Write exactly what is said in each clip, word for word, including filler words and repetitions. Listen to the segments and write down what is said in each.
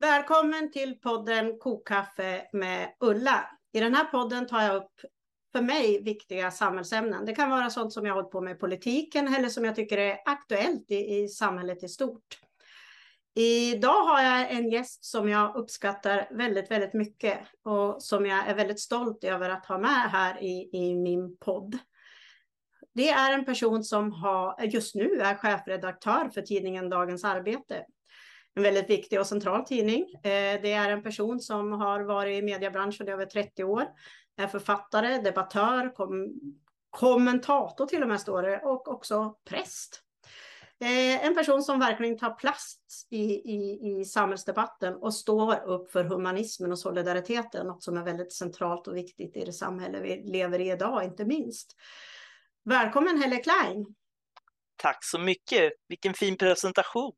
Välkommen till podden Kokkaffe med Ulla. I den här podden tar jag upp för mig viktiga samhällsämnen. Det kan vara sånt som jag har hållit på med i politiken eller som jag tycker är aktuellt i, i samhället i stort. Idag har jag en gäst som jag uppskattar väldigt, väldigt mycket och som jag är väldigt stolt över att ha med här i, i min podd. Det är en person som har, just nu är chefredaktör för tidningen Dagens Arbete. En väldigt viktig och central tidning. Det är en person som har varit i mediebranschen i över trettio år. Är författare, debattör, kom, kommentator till och med står det, och också präst. En person som verkligen tar plats i, i, i samhällsdebatten och står upp för humanismen och solidariteten. Något som är väldigt centralt och viktigt i det samhälle vi lever i idag, inte minst. Välkommen Helle Klein. Tack så mycket. Vilken fin presentation.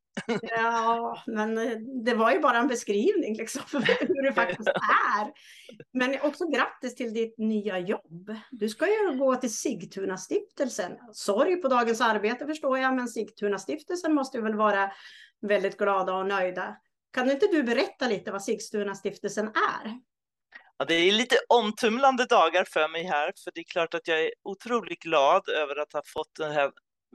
Ja, men det var ju bara en beskrivning liksom för hur det faktiskt är. Men också grattis till ditt nya jobb. Du ska ju gå till Sigtuna-stiftelsen. Sorry på Dagens Arbete förstår jag, men Sigtuna-stiftelsen måste ju väl vara väldigt glada och nöjda. Kan inte du berätta lite vad Sigtuna-stiftelsen är? Ja, det är lite omtumlande dagar för mig här, för det är klart att jag är otroligt glad över att ha fått den här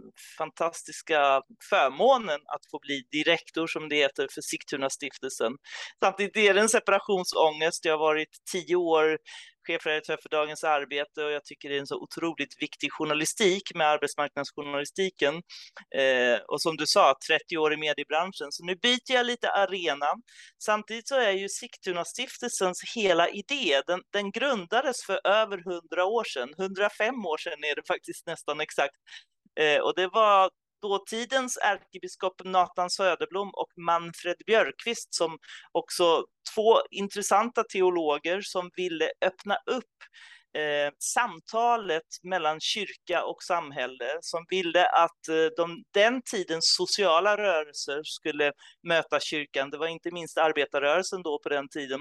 fantastiska förmånen att få bli direktor, som det heter, för Sigtuna-stiftelsen. Samtidigt är det en separationsångest. Jag har varit tio år chefredaktör för Dagens Arbete och jag tycker det är en så otroligt viktig journalistik med arbetsmarknadsjournalistiken. Eh, och som du sa, trettio år i mediebranschen. Så nu byter jag lite arena. Samtidigt så är ju Sigtuna-stiftelsens hela idé, den, den grundades för över hundra år sedan. hundrafem år sedan är det faktiskt nästan exakt. Eh, och det var dåtidens ärkebiskop Nathan Söderblom och Manfred Björkqvist, som också två intressanta teologer som ville öppna upp eh, samtalet mellan kyrka och samhälle, som ville att eh, de, den tidens sociala rörelser skulle möta kyrkan. Det var inte minst arbetarrörelsen då på den tiden.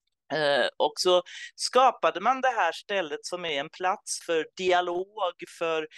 Eh, och så skapade man det här stället som är en plats för dialog, för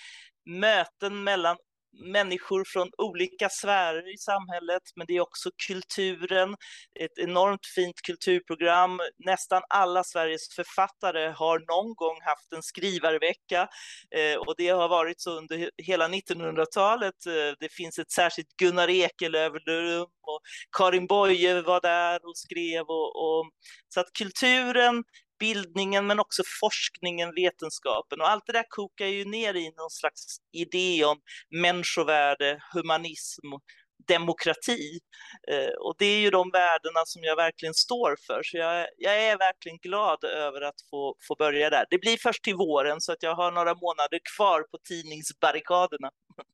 möten mellan människor från olika sfärer i samhället, men det är också kulturen, ett enormt fint kulturprogram. Nästan alla Sveriges författare har någon gång haft en skrivarvecka eh, och det har varit så under hela nittonhundratalet. Eh, det finns ett särskilt Gunnar Ekelöf-rum och Karin Boye var där och skrev och, och så att kulturen, bildningen, men också forskningen, vetenskapen och allt det där kokar ju ner i någon slags idé om människovärde, humanism, demokrati. Eh, och det är ju de värdena som jag verkligen står för. Så jag, jag är verkligen glad över att få, få börja där. Det blir först till våren så att jag har några månader kvar på tidningsbarrikaderna.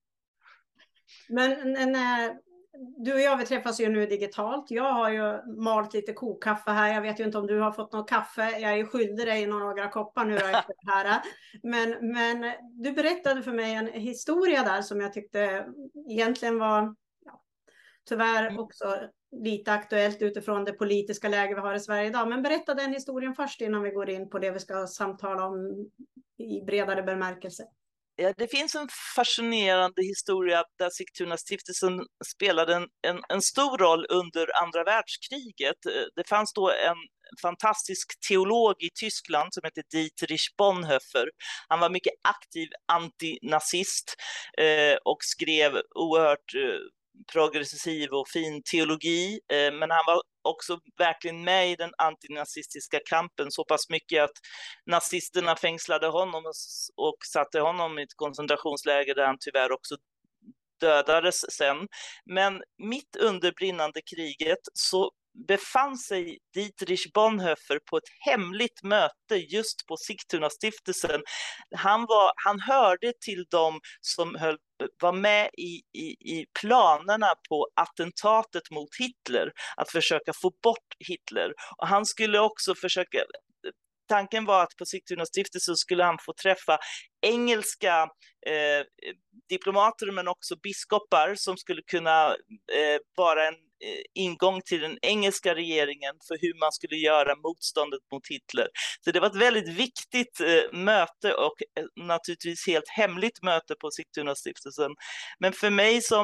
Men när du och jag, vi träffas ju nu digitalt. Jag har ju malt lite kokkaffe här. Jag vet ju inte om du har fått något kaffe. Jag är ju skyldig dig några koppar nu efter det här. Men, men du berättade för mig en historia där som jag tyckte egentligen var, ja, tyvärr också lite aktuellt utifrån det politiska läge vi har i Sverige idag. Men berätta den historien först innan vi går in på det vi ska samtala om i bredare bemärkelse. Ja, det finns en fascinerande historia där Sigtuna-stiftelsen spelade en, en, en stor roll under andra världskriget. Det fanns då en fantastisk teolog i Tyskland som heter Dietrich Bonhoeffer. Han var mycket aktiv antinazist eh, och skrev oerhört eh, progressiv och fin teologi, eh, men han var också verkligen med i den antinazistiska kampen så pass mycket att nazisterna fängslade honom och, och satte honom i ett koncentrationsläger där han tyvärr också dödades sen. Men mitt under brinnande kriget så befann sig Dietrich Bonhoeffer på ett hemligt möte just på Sigtuna-stiftelsen. Han, var, han hörde till dem som höll, var med i, i, i planerna på attentatet mot Hitler, att försöka få bort Hitler. Och han skulle också försöka... Tanken var att på Sigtuna-stiftelsen skulle han få träffa engelska eh, diplomater men också biskopar som skulle kunna eh, vara en eh, ingång till den engelska regeringen för hur man skulle göra motståndet mot Hitler. Så det var ett väldigt viktigt eh, möte och eh, naturligtvis helt hemligt möte på Sigtuna-stiftelsen. Men för mig som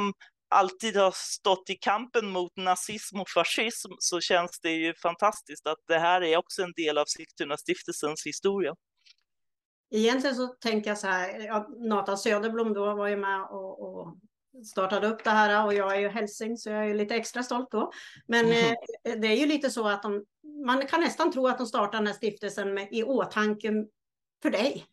alltid har stått i kampen mot nazism och fascism, så känns det ju fantastiskt att det här är också en del av Sigtuna-stiftelsens historia. Egentligen så tänker jag så här, ja, Nathan Söderblom då var ju med och, och startade upp det här, och jag är ju hälsing så jag är ju lite extra stolt då. Men eh, det är ju lite så att de, man kan nästan tro att de startar den här stiftelsen med, i åtanke för dig.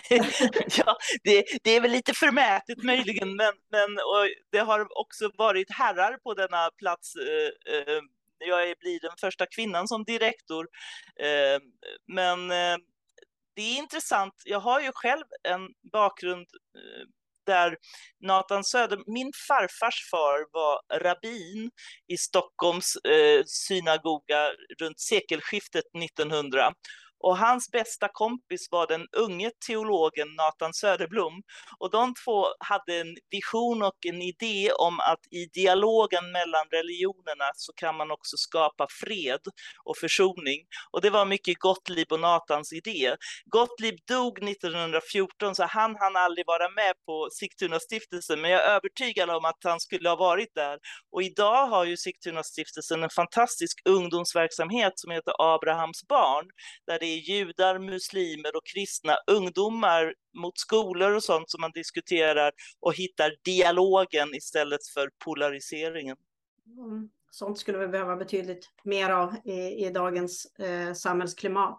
Ja, det, det är väl lite förmätet möjligen, men, men och det har också varit herrar på denna plats. Eh, eh, jag blir den första kvinnan som direktor, eh, men eh, det är intressant. Jag har ju själv en bakgrund eh, där Nathan Söder, min farfars far var rabbin i Stockholms eh, synagoga runt sekelskiftet nittonhundra. Och hans bästa kompis var den unge teologen Nathan Söderblom. Och de två hade en vision och en idé om att i dialogen mellan religionerna så kan man också skapa fred och försoning. Och det var mycket Gottlieb och Nathans idé. Gottlieb dog nittonhundrafjorton, så han hann aldrig vara med på Sigtuna-stiftelsen, men jag är övertygad om att han skulle ha varit där. Och idag har ju Sigtuna-stiftelsen en fantastisk ungdomsverksamhet som heter Abrahams barn, där det är judar, muslimer och kristna ungdomar mot skolor och sånt som man diskuterar och hittar dialogen istället för polariseringen. Mm. Sånt skulle vi behöva betydligt mer av i, i dagens eh, samhällsklimat.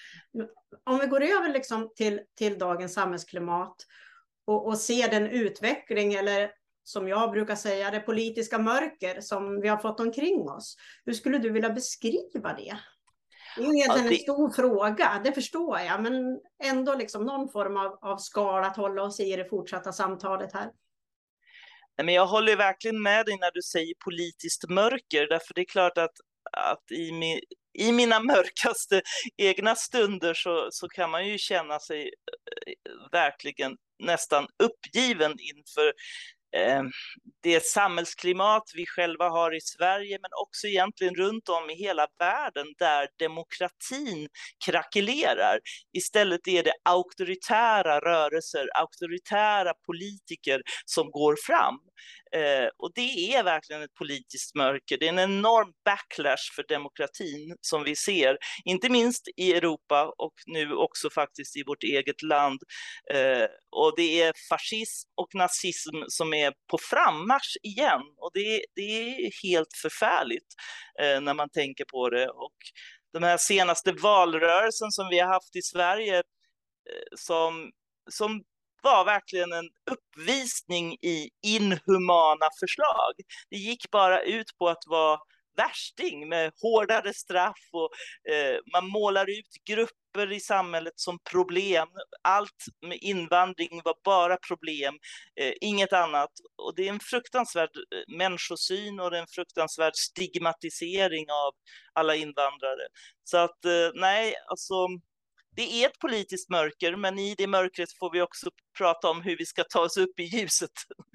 Om vi går över liksom till, till dagens samhällsklimat och, och ser den utveckling, eller som jag brukar säga, det politiska mörker som vi har fått omkring oss. Hur skulle du vilja beskriva det? Det är ju egentligen ja, det... en stor fråga, det förstår jag, men ändå liksom någon form av, av skala att hålla oss i det fortsatta samtalet här. Men jag håller verkligen med dig när du säger politiskt mörker, därför det är klart att, att i, min, i mina mörkaste egna stunder så, så kan man ju känna sig verkligen nästan uppgiven inför eh, det samhällsklimat vi själva har i Sverige, men också egentligen runt om i hela världen där demokratin krackelerar. Istället är det auktoritära rörelser, auktoritära politiker som går fram. Eh, och det är verkligen ett politiskt mörker. Det är en enorm backlash för demokratin som vi ser, inte minst i Europa och nu också faktiskt i vårt eget land. Eh, och det är fascism och nazism som är på frammarsch igen. Och det, det är helt förfärligt eh, när man tänker på det. Och den här senaste valrörelsen som vi har haft i Sverige eh, som, som var verkligen en uppvisning i inhumana förslag. Det gick bara ut på att vara värsting med hårdare straff och eh, man målar ut grupper i samhället som problem. Allt med invandring var bara problem, eh, inget annat. Och det är en fruktansvärd människosyn och det är en fruktansvärd stigmatisering av alla invandrare. Så att eh, nej, alltså det är ett politiskt mörker, men i det mörkret får vi också prata om hur vi ska ta oss upp i ljuset.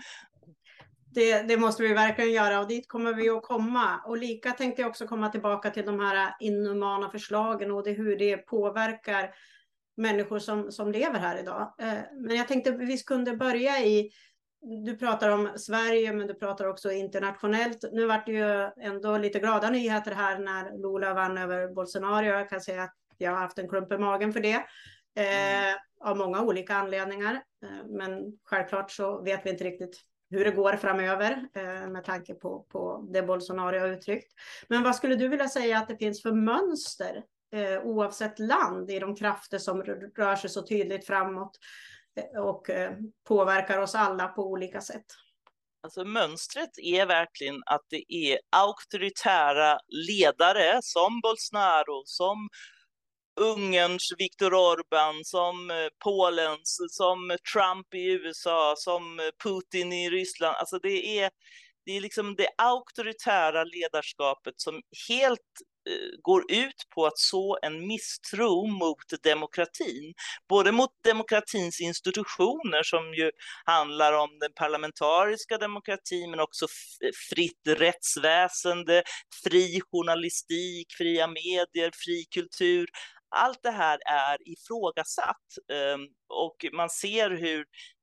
Det, det måste vi verkligen göra, och dit kommer vi att komma. Och lika tänkte jag också komma tillbaka till de här inhumana förslagen och det, hur det påverkar människor som, som lever här idag. Men jag tänkte att vi kunde börja i, du pratar om Sverige men du pratar också internationellt. Nu var det ju ändå lite glada nyheter här när Lula vann över Bolsonaro. Jag kan säga att jag har haft en klump i magen för det. Eh, av många olika anledningar. Eh, men självklart så vet vi inte riktigt hur det går framöver eh, med tanke på, på det Bolsonaro har uttryckt. Men vad skulle du vilja säga att det finns för mönster eh, oavsett land i de krafter som rör sig så tydligt framåt eh, och eh, påverkar oss alla på olika sätt? Alltså mönstret är verkligen att det är auktoritära ledare som Bolsonaro, som Ungerns Viktor Orbán, som Polens, som Trump i U S A, som Putin i Ryssland. Alltså det är, det är liksom det auktoritära ledarskapet som helt eh, går ut på att så en misstro mot demokratin. Både mot demokratins institutioner som ju handlar om den parlamentariska demokratin, men också fritt rättsväsende, fri journalistik, fria medier, fri kultur. Allt det här är ifrågasatt och man ser hur,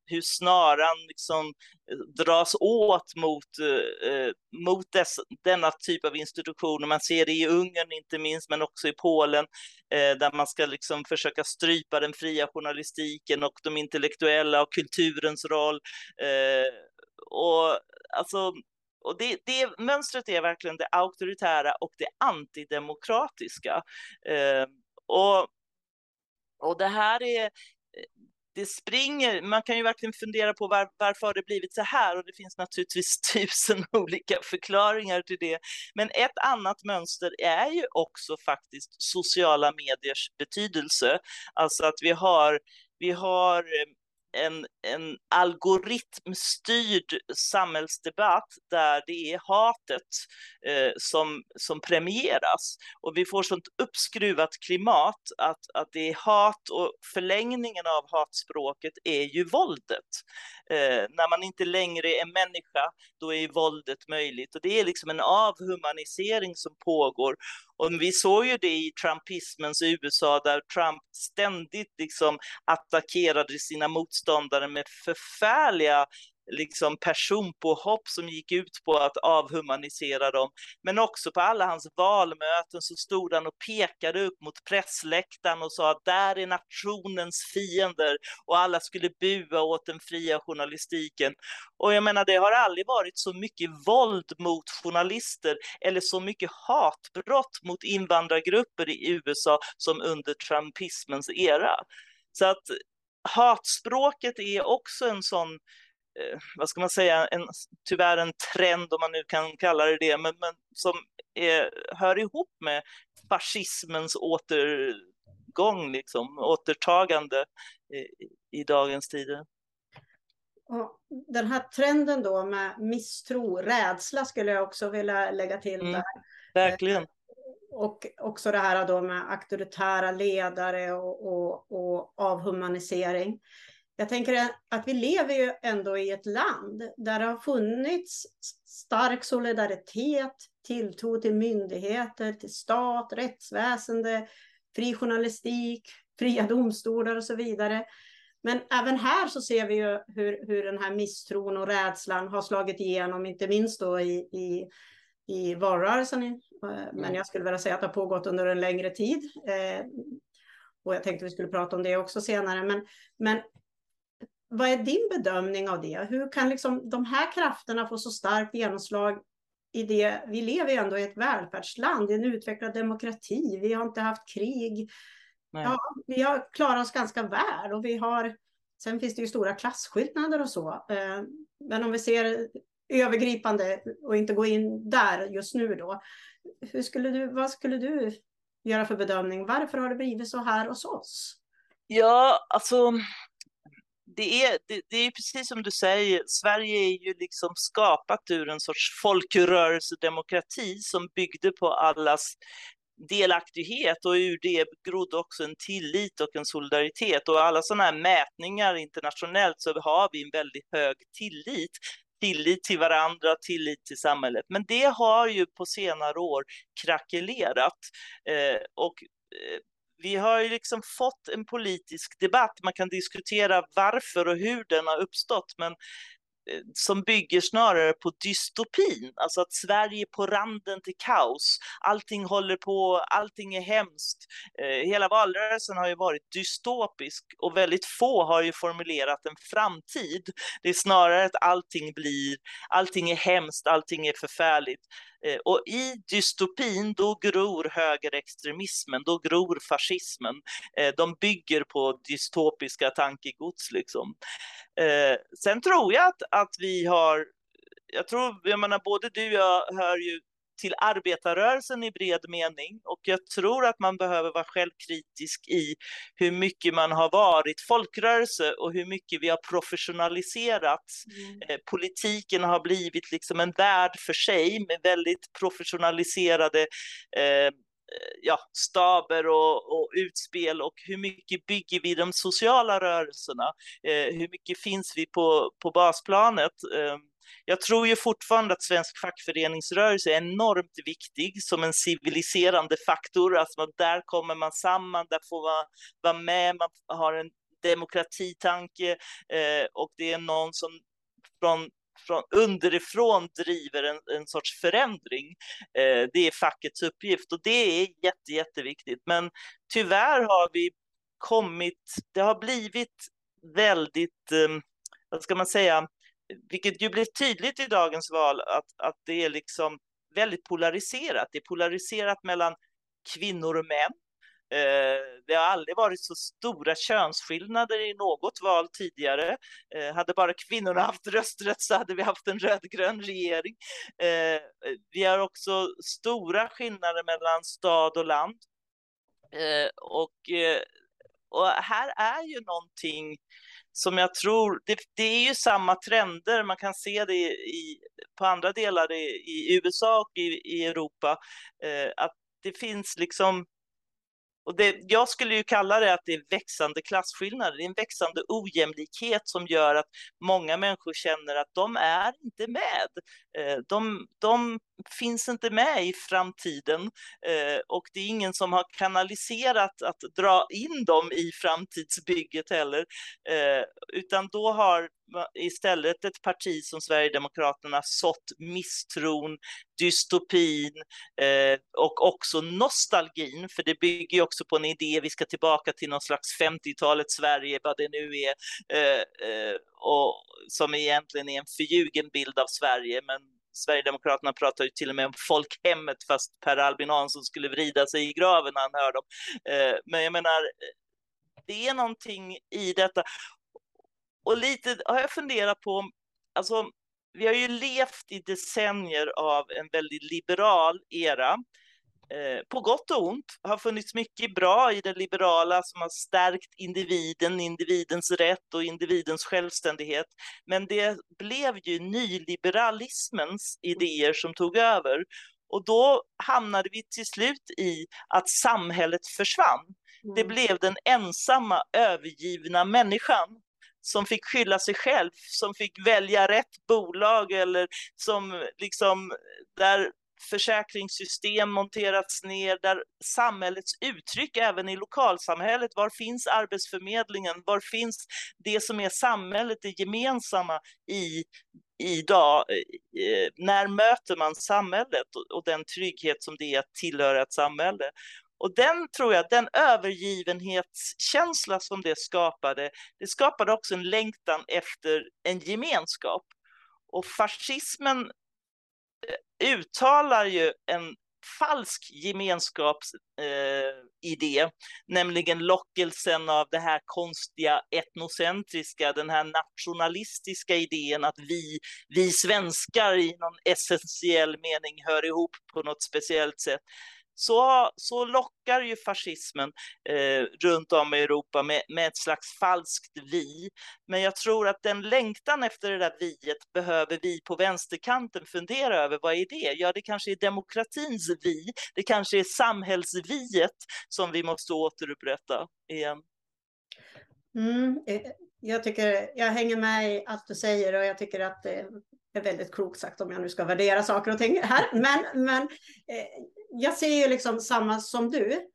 hur snaran liksom dras åt mot, eh, mot dess, denna typ av institutioner. Man ser det i Ungern inte minst, men också i Polen, eh, där man ska liksom försöka strypa den fria journalistiken och de intellektuella och kulturens roll. Eh, och alltså Och det, det mönstret är verkligen det auktoritära och det antidemokratiska. Eh, och, och det här är, det springer, man kan ju verkligen fundera på var, varför har det blivit så här, och det finns naturligtvis tusen olika förklaringar till det. Men ett annat mönster är ju också faktiskt sociala mediers betydelse. Alltså att vi har, vi har En, en algoritmstyrd samhällsdebatt där det är hatet eh, som, som premieras. Och vi får sånt uppskruvat klimat att, att det är hat, och förlängningen av hatspråket är ju våldet. Eh, när man inte längre är människa, då är ju våldet möjligt. Och det är liksom en avhumanisering som pågår. Och vi såg ju det i trumpismens U S A, där Trump ständigt liksom attackerade sina motståndare med förfärliga liksom personpåhopp som gick ut på att avhumanisera dem. Men också på alla hans valmöten så stod han och pekade upp mot pressläktaren och sa att där är nationens fiender, och alla skulle bua åt den fria journalistiken. Och jag menar, det har aldrig varit så mycket våld mot journalister eller så mycket hatbrott mot invandrargrupper i U S A som under trumpismens era. Så att hatspråket är också en sån, vad ska man säga, en, tyvärr en trend, om man nu kan kalla det det, men, men som är, hör ihop med fascismens återgång, liksom, återtagande i, i dagens tider. Och den här trenden då med misstro, rädsla skulle jag också vilja lägga till mm, där. Verkligen. Och också det här då med auktoritära ledare och, och, och avhumanisering. Jag tänker att vi lever ju ändå i ett land där det har funnits stark solidaritet, tilltro till myndigheter, till stat, rättsväsende, fri journalistik, fria domstolar och så vidare. Men även här så ser vi ju hur, hur den här misstron och rädslan har slagit igenom, inte minst då i, i, i valrörelsen. Men jag skulle vilja säga att det har pågått under en längre tid. Och jag tänkte vi skulle prata om det också senare. Men, men vad är din bedömning av det? Hur kan liksom de här krafterna få så starkt genomslag i det? Vi lever ju ändå i ett välfärdsland, i en utvecklad demokrati. Vi har inte haft krig. Nej. Ja, vi har klarat oss ganska väl, och vi har, sen finns det ju stora klasskillnader och så. Men om vi ser övergripande och inte gå in där just nu då. Hur skulle du, vad skulle du göra för bedömning? Varför har det blivit så här hos oss? Ja, alltså det är, det, det är precis som du säger, Sverige är ju liksom skapat ur en sorts folkrörelsedemokrati som byggde på allas delaktighet, och ur det grodde också en tillit och en solidaritet. Och alla sådana här mätningar internationellt så har vi en väldigt hög tillit. Tillit till varandra, tillit till samhället. Men det har ju på senare år krackelerat. Eh, och eh, vi har ju liksom fått en politisk debatt. Man kan diskutera varför och hur den har uppstått, men som bygger snarare på dystopin, alltså att Sverige är på randen till kaos, allting håller på, allting är hemskt. Eh, hela valrörelsen har ju varit dystopisk, och väldigt få har ju formulerat en framtid. Det är snarare att allting blir, allting är hemskt, allting är förfärligt. Eh, och i dystopin då gror högerextremismen, då gror fascismen. Eh, de bygger på dystopiska tankegods liksom. Eh, sen tror jag att, att vi har, jag tror, jag menar, både du och jag hör ju till arbetarrörelsen i bred mening, och jag tror att man behöver vara självkritisk i hur mycket man har varit folkrörelse och hur mycket vi har professionaliserat. Mm. Eh, politiken har blivit liksom en värld för sig med väldigt professionaliserade eh, ja, staber och, och utspel, och hur mycket bygger vi de sociala rörelserna, eh, hur mycket finns vi på, på basplanet. Eh, jag tror ju fortfarande att svensk fackföreningsrörelse är enormt viktig som en civiliserande faktor, alltså där kommer man samman, där får man vara med, man har en demokratitanke eh, och det är någon som från från underifrån driver en, en sorts förändring. Eh, det är fackets uppgift och det är jätte, jätteviktigt. Men tyvärr har vi kommit, det har blivit väldigt, eh, vad ska man säga, vilket ju blir tydligt i dagens val, att, att det är liksom väldigt polariserat. Det är polariserat mellan kvinnor och män. Eh, det har aldrig varit så stora könsskillnader i något val tidigare. Eh, hade bara kvinnorna haft rösträtt så hade vi haft en rödgrön regering. Eh, vi har också stora skillnader mellan stad och land. Eh, och, eh, och här är ju någonting som jag tror, det, det är ju samma trender, man kan se det i, på andra delar i, i U S A och i, i Europa, eh, att det finns liksom. Och det, jag skulle ju kalla det att det är växande klasskillnader. Det är en växande ojämlikhet som gör att många människor känner att de är inte med. De, de finns inte med i framtiden. Och det är ingen som har kanaliserat att dra in dem i framtidsbygget heller. Utan då har istället ett parti som Sverigedemokraterna sått misstron, dystopin eh, och också nostalgin, för det bygger ju också på en idé, vi ska tillbaka till någon slags femtiotalets Sverige, vad det nu är, eh, eh, och som egentligen är en förljugen bild av Sverige, men Sverigedemokraterna pratar ju till och med om folkhemmet, fast Per Albin Hansson skulle vrida sig i graven när han hör dem. Eh, men jag menar, det är någonting i detta. Och lite har jag funderat på, alltså vi har ju levt i decennier av en väldigt liberal era. Eh, på gott och ont har funnits mycket bra i det liberala som har stärkt individen, individens rätt och individens självständighet. Men det blev ju nyliberalismens idéer som tog över. Och då hamnade vi till slut i att samhället försvann. Mm. Det blev den ensamma, övergivna människan som fick skylla sig själv, som fick välja rätt bolag, eller som liksom där försäkringssystem monterats ner, där samhällets uttryck även i lokalsamhället, var finns arbetsförmedlingen, var finns det som är samhället, det gemensamma i idag, när möter man samhället och den trygghet som det är att tillhöra ett samhälle. Och den tror jag, den övergivenhetskänsla som det skapade, det skapade också en längtan efter en gemenskap. Och fascismen uttalar ju en falsk gemenskapsidé, eh, nämligen lockelsen av det här konstiga etnocentriska, den här nationalistiska idén att vi, vi svenskar i någon essentiell mening hör ihop på något speciellt sätt. Så, så lockar ju fascismen eh, runt om i Europa med, med ett slags falskt vi. Men jag tror att den längtan efter det där viet behöver vi på vänsterkanten fundera över. Vad är det? Ja, det kanske är demokratins vi. Det kanske är samhällsviet som vi måste återupprätta igen. Mm, jag tycker, jag hänger med i allt du säger och jag tycker att det är väldigt klokt sagt om jag nu ska värdera saker och ting här. Men, men eh, jag ser ju liksom samma som du.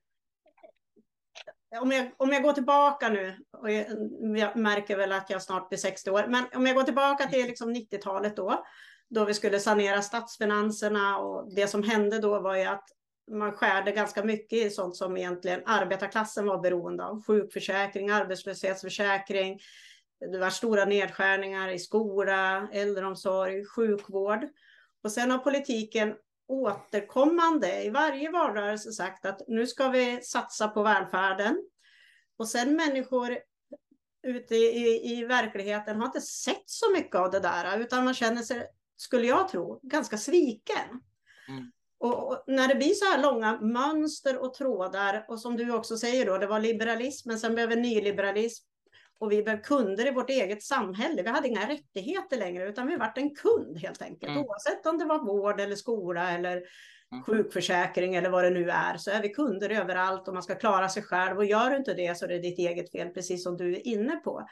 Om jag, om jag går tillbaka nu, och jag, jag märker väl att jag snart blir sextio år, men om jag går tillbaka till liksom nittiotalet då, då vi skulle sanera statsfinanserna, och det som hände då var ju att man skärde ganska mycket i sånt som egentligen arbetarklassen var beroende av. Sjukförsäkring, arbetslöshetsförsäkring, det var stora nedskärningar i skola, äldreomsorg, sjukvård. Och sen har politiken återkommande i varje valrörelse sagt att nu ska vi satsa på välfärden. Och sen människor ute i, i, i verkligheten har inte sett så mycket av det där, utan man känner sig, skulle jag tro, ganska sviken. Mm. Och, och när det blir så här långa mönster och trådar, och som du också säger då, det var liberalismen, sen blev det nyliberalism, och vi blev kunder i vårt eget samhälle. Vi hade inga rättigheter längre, utan vi var en kund helt enkelt. Mm. Oavsett om det var vård eller skola eller mm. sjukförsäkring eller vad det nu är, så är vi kunder överallt och man ska klara sig själv. Och gör du inte det så är det ditt eget fel, precis som du är inne på.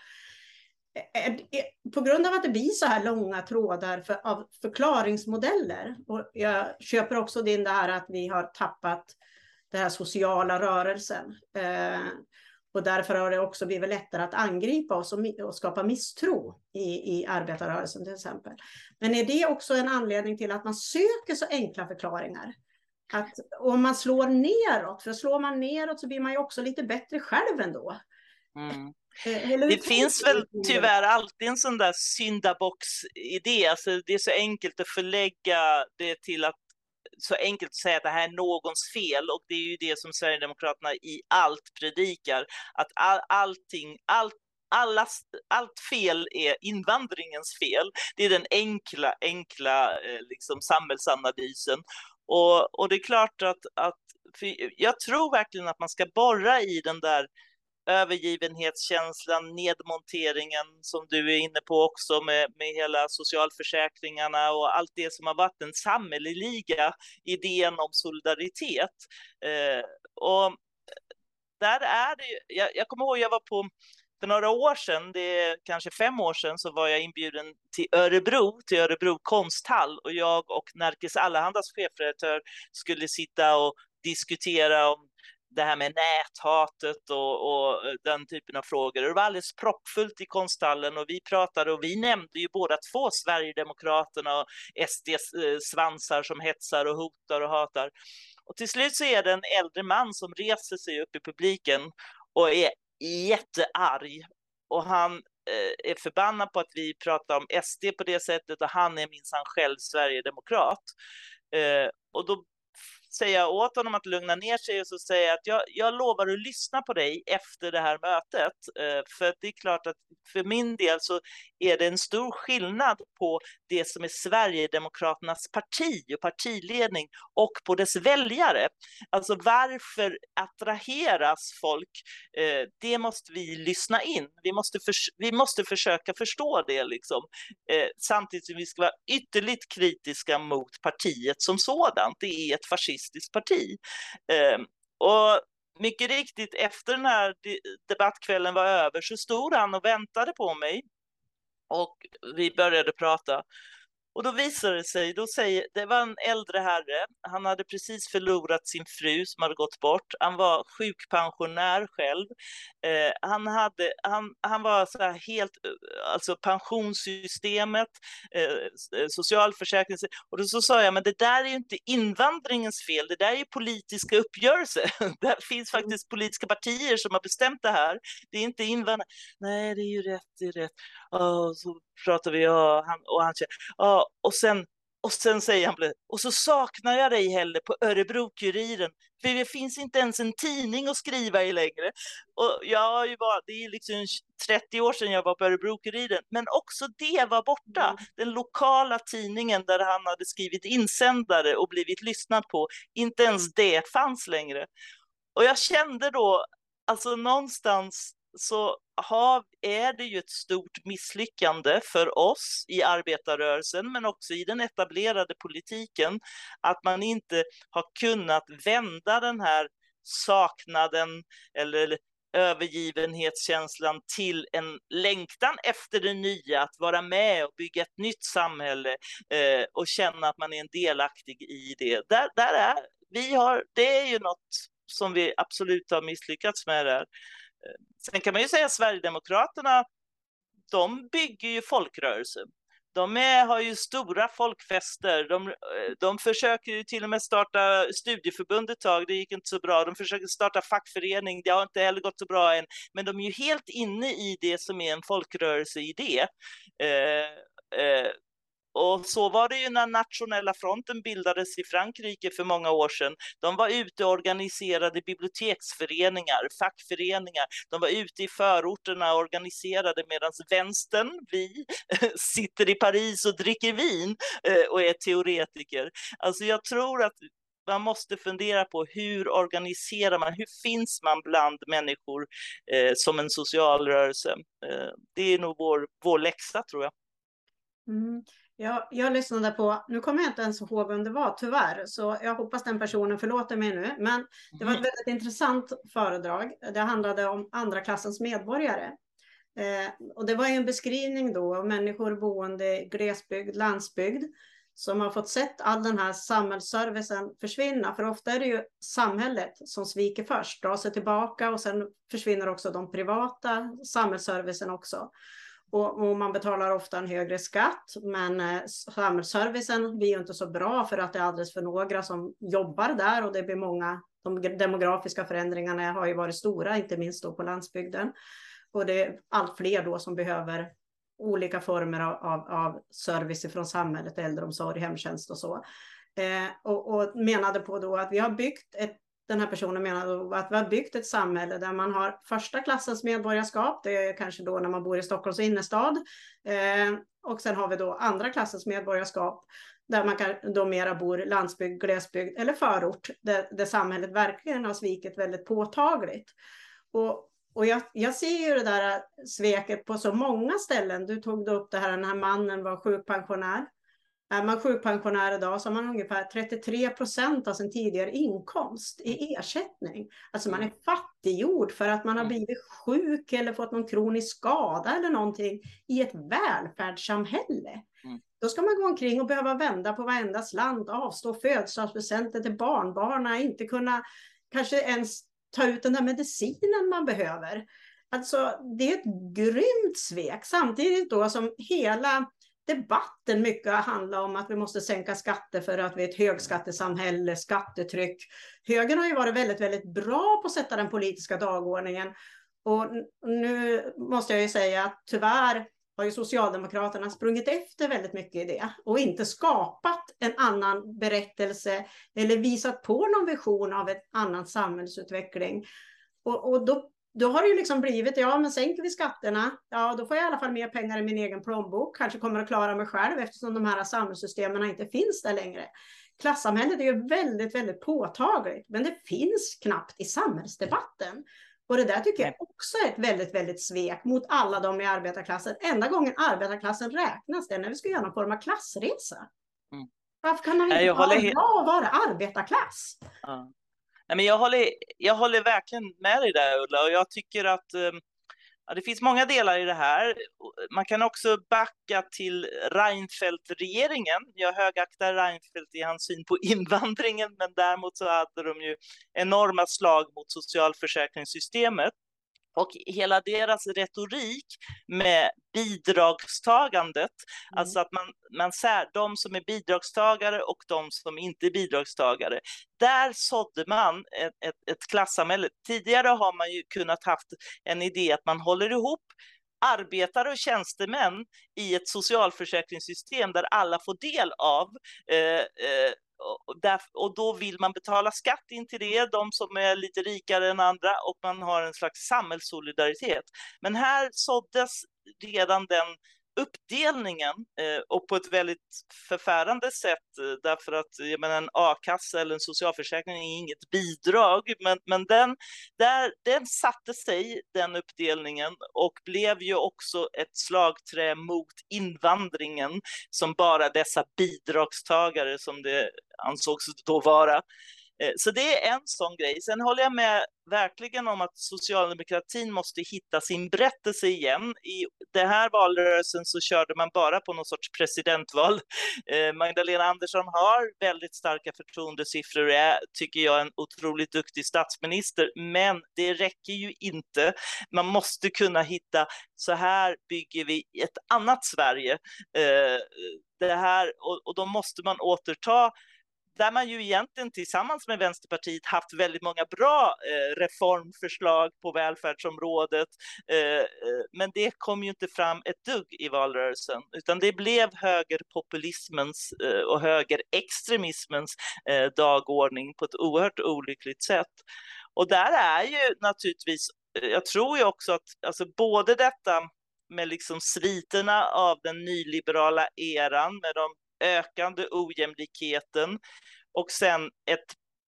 På grund av att det blir så här långa trådar för, av förklaringsmodeller, och jag köper också din där att vi har tappat den här sociala rörelsen. Eh, Och därför har det också blivit lättare att angripa oss och, och skapa misstro i, i arbetarrörelsen till exempel. Men är det också en anledning till att man söker så enkla förklaringar? Att om man slår neråt, för slår man neråt så blir man ju också lite bättre själv ändå. Mm. Eller det finns väl tyvärr alltid en sån där syndabox-idé. Alltså det är så enkelt att förlägga det till att så enkelt att säga att det här är någons fel, och det är ju det som Sverigedemokraterna i allt predikar, att all, allting, allt Alla, allt fel är invandringens fel. Det är den enkla, enkla eh, liksom samhällsanalysen. Och, och det är klart att, att jag tror verkligen att man ska borra i den där övergivenhetskänslan, nedmonteringen som du är inne på också med, med hela socialförsäkringarna och allt det som har varit den samhälleliga idén om solidaritet. Eh, och där är det, jag, jag kommer ihåg jag var på för några år sedan, det är kanske fem år sedan, så var jag inbjuden till Örebro, till Örebro konsthall, och jag och Nerikes Allahandas chefredaktör skulle sitta och diskutera om det här med näthatet och, och den typen av frågor. Det var alldeles proppfullt i konsthallen och vi pratade, och vi nämnde ju båda två Sverigedemokraterna och S D:s svansar som hetsar och hotar och hatar. Och till slut så är det en äldre man som reser sig upp i publiken och är jättearg, och han eh, är förbannad på att vi pratar om S D på det sättet, och han är minsann själv Sverigedemokrat. Eh, och då säger jag åt honom att lugna ner sig, och så säger jag att jag, jag lovar att lyssna på dig efter det här mötet. Eh, för det är klart att för min del så är det en stor skillnad på det som är Sverigedemokraternas parti och partiledning och på dess väljare. Alltså varför attraheras folk? Eh, det måste vi lyssna in. Vi måste, för, vi måste försöka förstå det liksom. Eh, samtidigt som vi ska vara ytterligt kritiska mot partiet som sådant. Det är ett fascistiskt parti. Eh, och mycket riktigt, efter den här debattkvällen var över så stod han och väntade på mig. Och vi började prata. Och då visade det sig, då säger, det var en äldre herre, han hade precis förlorat sin fru som hade gått bort, han var sjukpensionär själv, eh, han, hade, han, han var så här helt, alltså pensionssystemet, eh, socialförsäkring, och då så sa jag, men det där är ju inte invandringens fel, det där är ju politiska uppgörelser, det finns faktiskt politiska partier som har bestämt det här, det är inte invandring, nej det är ju rätt, det är rätt, och så pratar vi, och han, och han säger, ja, och sen, och sen säger han, och så saknar jag dig heller på Örebro-Kuriren, för det finns inte ens en tidning att skriva i längre. Och jag ju var, det är liksom trettio år sedan jag var på Örebro-Kuriren, men också det var borta. Mm. Den lokala tidningen där han hade skrivit insändare och blivit lyssnad på, inte ens det fanns längre. Och jag kände då, alltså någonstans så har, är det ju ett stort misslyckande för oss i arbetarrörelsen, men också i den etablerade politiken, att man inte har kunnat vända den här saknaden eller övergivenhetskänslan till en längtan efter det nya, att vara med och bygga ett nytt samhälle eh, och känna att man är en delaktig i det. Där, där är, vi har, det är ju något som vi absolut har misslyckats med där. Sen kan man ju säga att Sverigedemokraterna, de bygger ju folkrörelser. De är, har ju stora folkfester. De, de försöker ju till och med starta studieförbund ett tag. Det gick inte så bra. De försöker starta fackförening. Det har inte heller gått så bra än. Men de är ju helt inne i det som är en folkrörelseidé. Eh, eh, Och så var det ju när Nationella fronten bildades i Frankrike för många år sedan. De var ute och organiserade biblioteksföreningar, fackföreningar. De var ute i förorterna och organiserade, medan vänstern, vi, sitter i Paris och dricker vin och är teoretiker. Alltså jag tror att man måste fundera på hur organiserar man, hur finns man bland människor eh, som en social rörelse. Eh, det är nog vår, vår läxa, tror jag. Mm. Jag, jag lyssnade på, nu kommer jag inte ens ihåg vem det var tyvärr, så jag hoppas den personen förlåter mig nu, men det var ett väldigt mm. intressant föredrag. Det handlade om andra klassens medborgare. Eh, och det var ju en beskrivning då av människor boende i glesbygd, landsbygd, som har fått sett all den här samhällsservicen försvinna. För ofta är det ju samhället som sviker först, drar sig tillbaka och sen försvinner också de privata samhällsservicen också. Och, och man betalar ofta en högre skatt, men eh, samhällsservicen blir ju inte så bra för att det är alldeles för några som jobbar där och det blir många, de demografiska förändringarna har ju varit stora, inte minst då på landsbygden. Och det är allt fler då som behöver olika former av, av, av service från samhället, äldreomsorg, hemtjänst och så. Eh, och, och menade på då att vi har byggt ett, den här personen menade då att vi har byggt ett samhälle där man har första klassens medborgarskap, det är kanske då när man bor i Stockholms innerstad. Eh, och sen har vi då andra klassens medborgarskap där man kan då mera bor landsbygd, glesbygd eller förort, där, där samhället verkligen har svikit väldigt påtagligt. Och Och jag, jag ser ju det där sveket på så många ställen. Du tog upp det här, den här mannen var sjukpensionär. Är man sjukpensionär idag så har man ungefär trettiotre procent av sin tidigare inkomst i ersättning. Alltså man är fattiggjord för att man har blivit sjuk eller fått någon kronisk skada eller någonting i ett välfärdssamhälle. Då ska man gå omkring och behöva vända på varenda slant, avstå födelsedagspresenter till barnbarnen, inte kunna kanske ens ta ut den där medicinen man behöver. Alltså det är ett grymt svek. Samtidigt då som hela debatten mycket handlar om att vi måste sänka skatter för att vi är ett högskattesamhälle, skattetryck. Högern har ju varit väldigt, väldigt bra på att sätta den politiska dagordningen. Och nu måste jag ju säga att tyvärr har ju Socialdemokraterna sprungit efter väldigt mycket i det och inte skapat en annan berättelse eller visat på någon vision av en annan samhällsutveckling. Och, och då, då har det ju liksom blivit, ja men sänker vi skatterna, ja då får jag i alla fall mer pengar i min egen plånbok, kanske kommer att klara mig själv eftersom de här samhällssystemen inte finns där längre. Klassamhället är ju väldigt, väldigt påtagligt, men det finns knappt i samhällsdebatten. Och det där tycker jag också är ett väldigt, väldigt svek mot alla de i arbetarklassen. Enda gången arbetarklassen räknas det när vi ska göra någon form av klassresa. Mm. Varför kan man inte jag vara håller... bra och vara arbetarklass? Ja. Nej, men jag, håller, jag håller verkligen med dig där, Ulla. Och jag tycker att ja, det finns många delar i det här. Man kan också backa till Reinfeldt-regeringen. Jag högaktar Reinfeldt i hans syn på invandringen, men däremot så hade de ju enorma slag mot socialförsäkringssystemet. Och hela deras retorik med bidragstagandet, mm. alltså att man, man sär de som är bidragstagare och de som inte är bidragstagare. Där sådde man ett, ett, ett klassamhälle. Tidigare har man ju kunnat haft en idé att man håller ihop arbetare och tjänstemän i ett socialförsäkringssystem där alla får del av eh, eh, Och, där, och då vill man betala skatt in till det, de som är lite rikare än andra, och man har en slags samhällssolidaritet. Men här såddes redan den uppdelningen eh, och på ett väldigt förfärande sätt, eh, därför att jag menar, en a-kassa eller en socialförsäkring är inget bidrag, men, men den, där, den satte sig, den uppdelningen, och blev ju också ett slagträ mot invandringen som bara dessa bidragstagare, som det ansågs då vara. Så det är en sån grej. Sen håller jag med verkligen om att socialdemokratin måste hitta sin berättelse igen. I den här valrörelsen så körde man bara på någon sorts presidentval. Eh, Magdalena Andersson har väldigt starka förtroendesiffror och är, tycker jag, en otroligt duktig statsminister. Men det räcker ju inte. Man måste kunna hitta, så här bygger vi ett annat Sverige. Eh, det här, och, och då måste man återta, där man ju egentligen tillsammans med Vänsterpartiet haft väldigt många bra eh, reformförslag på välfärdsområdet. Eh, eh, men det kom ju inte fram ett dugg i valrörelsen, utan det blev högerpopulismens eh, och högerextremismens eh, dagordning på ett oerhört olyckligt sätt. Och där är ju naturligtvis, jag tror ju också att alltså både detta med liksom sviterna av den nyliberala eran med de ökande ojämlikheten och sen ett